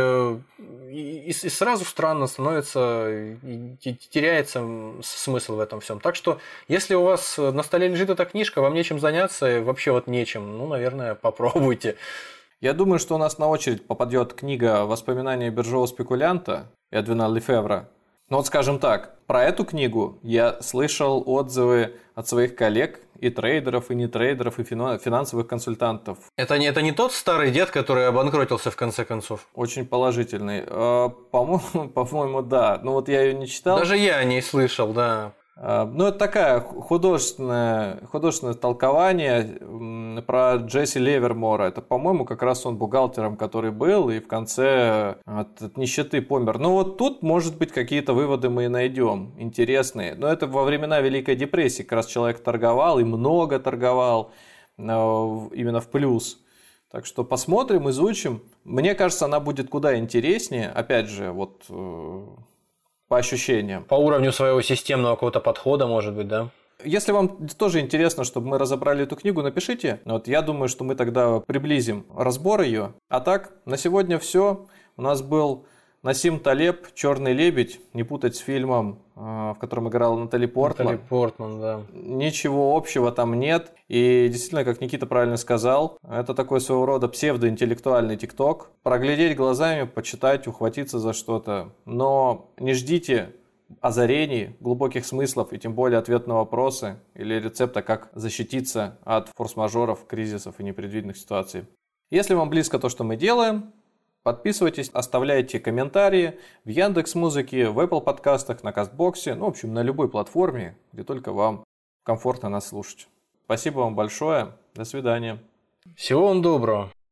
и сразу странно становится, и теряется смысл в этом всем. Так что, если у вас на столе лежит эта книжка, вам нечем заняться, вообще вот нечем, наверное, попробуйте. Я думаю, что у нас на очередь попадет книга «Воспоминания биржевого спекулянта» Эдвина Лефевра. Но вот скажем так, про эту книгу я слышал отзывы от своих коллег, и трейдеров, и нетрейдеров, и финансовых консультантов. Это не тот старый дед, который обанкротился в конце концов? Очень положительный. По-моему, да. Но вот я ее не читал. Даже я о ней слышал, да. Это такое художественное толкование про Джесси Левермора. Это, по-моему, как раз он бухгалтером, который был, и в конце от нищеты помер. Вот тут, может быть, какие-то выводы мы и найдем интересные. Но это во времена Великой депрессии. Как раз человек торговал, и много торговал, именно в плюс. Так что посмотрим, изучим. Мне кажется, она будет куда интереснее. Опять же, по ощущениям. По уровню своего системного какого-то подхода, может быть, да? Если вам тоже интересно, чтобы мы разобрали эту книгу, напишите. Я думаю, что мы тогда приблизим разбор ее. А так, на сегодня все. У нас был Насим Талеб, «Черный лебедь», не путать с фильмом, в котором играла Натали Портман. Натали Портман, да. Ничего общего там нет. И действительно, как Никита правильно сказал, это такой своего рода псевдоинтеллектуальный ТикТок. Проглядеть глазами, почитать, ухватиться за что-то. Но не ждите озарений, глубоких смыслов и тем более ответ на вопросы или рецепта, как защититься от форс-мажоров, кризисов и непредвиденных ситуаций. Если вам близко то, что мы делаем, подписывайтесь, оставляйте комментарии в Яндекс.Музыке, в Apple подкастах, на Кастбоксе, в общем, на любой платформе, где только вам комфортно нас слушать. Спасибо вам большое. До свидания. Всего вам доброго.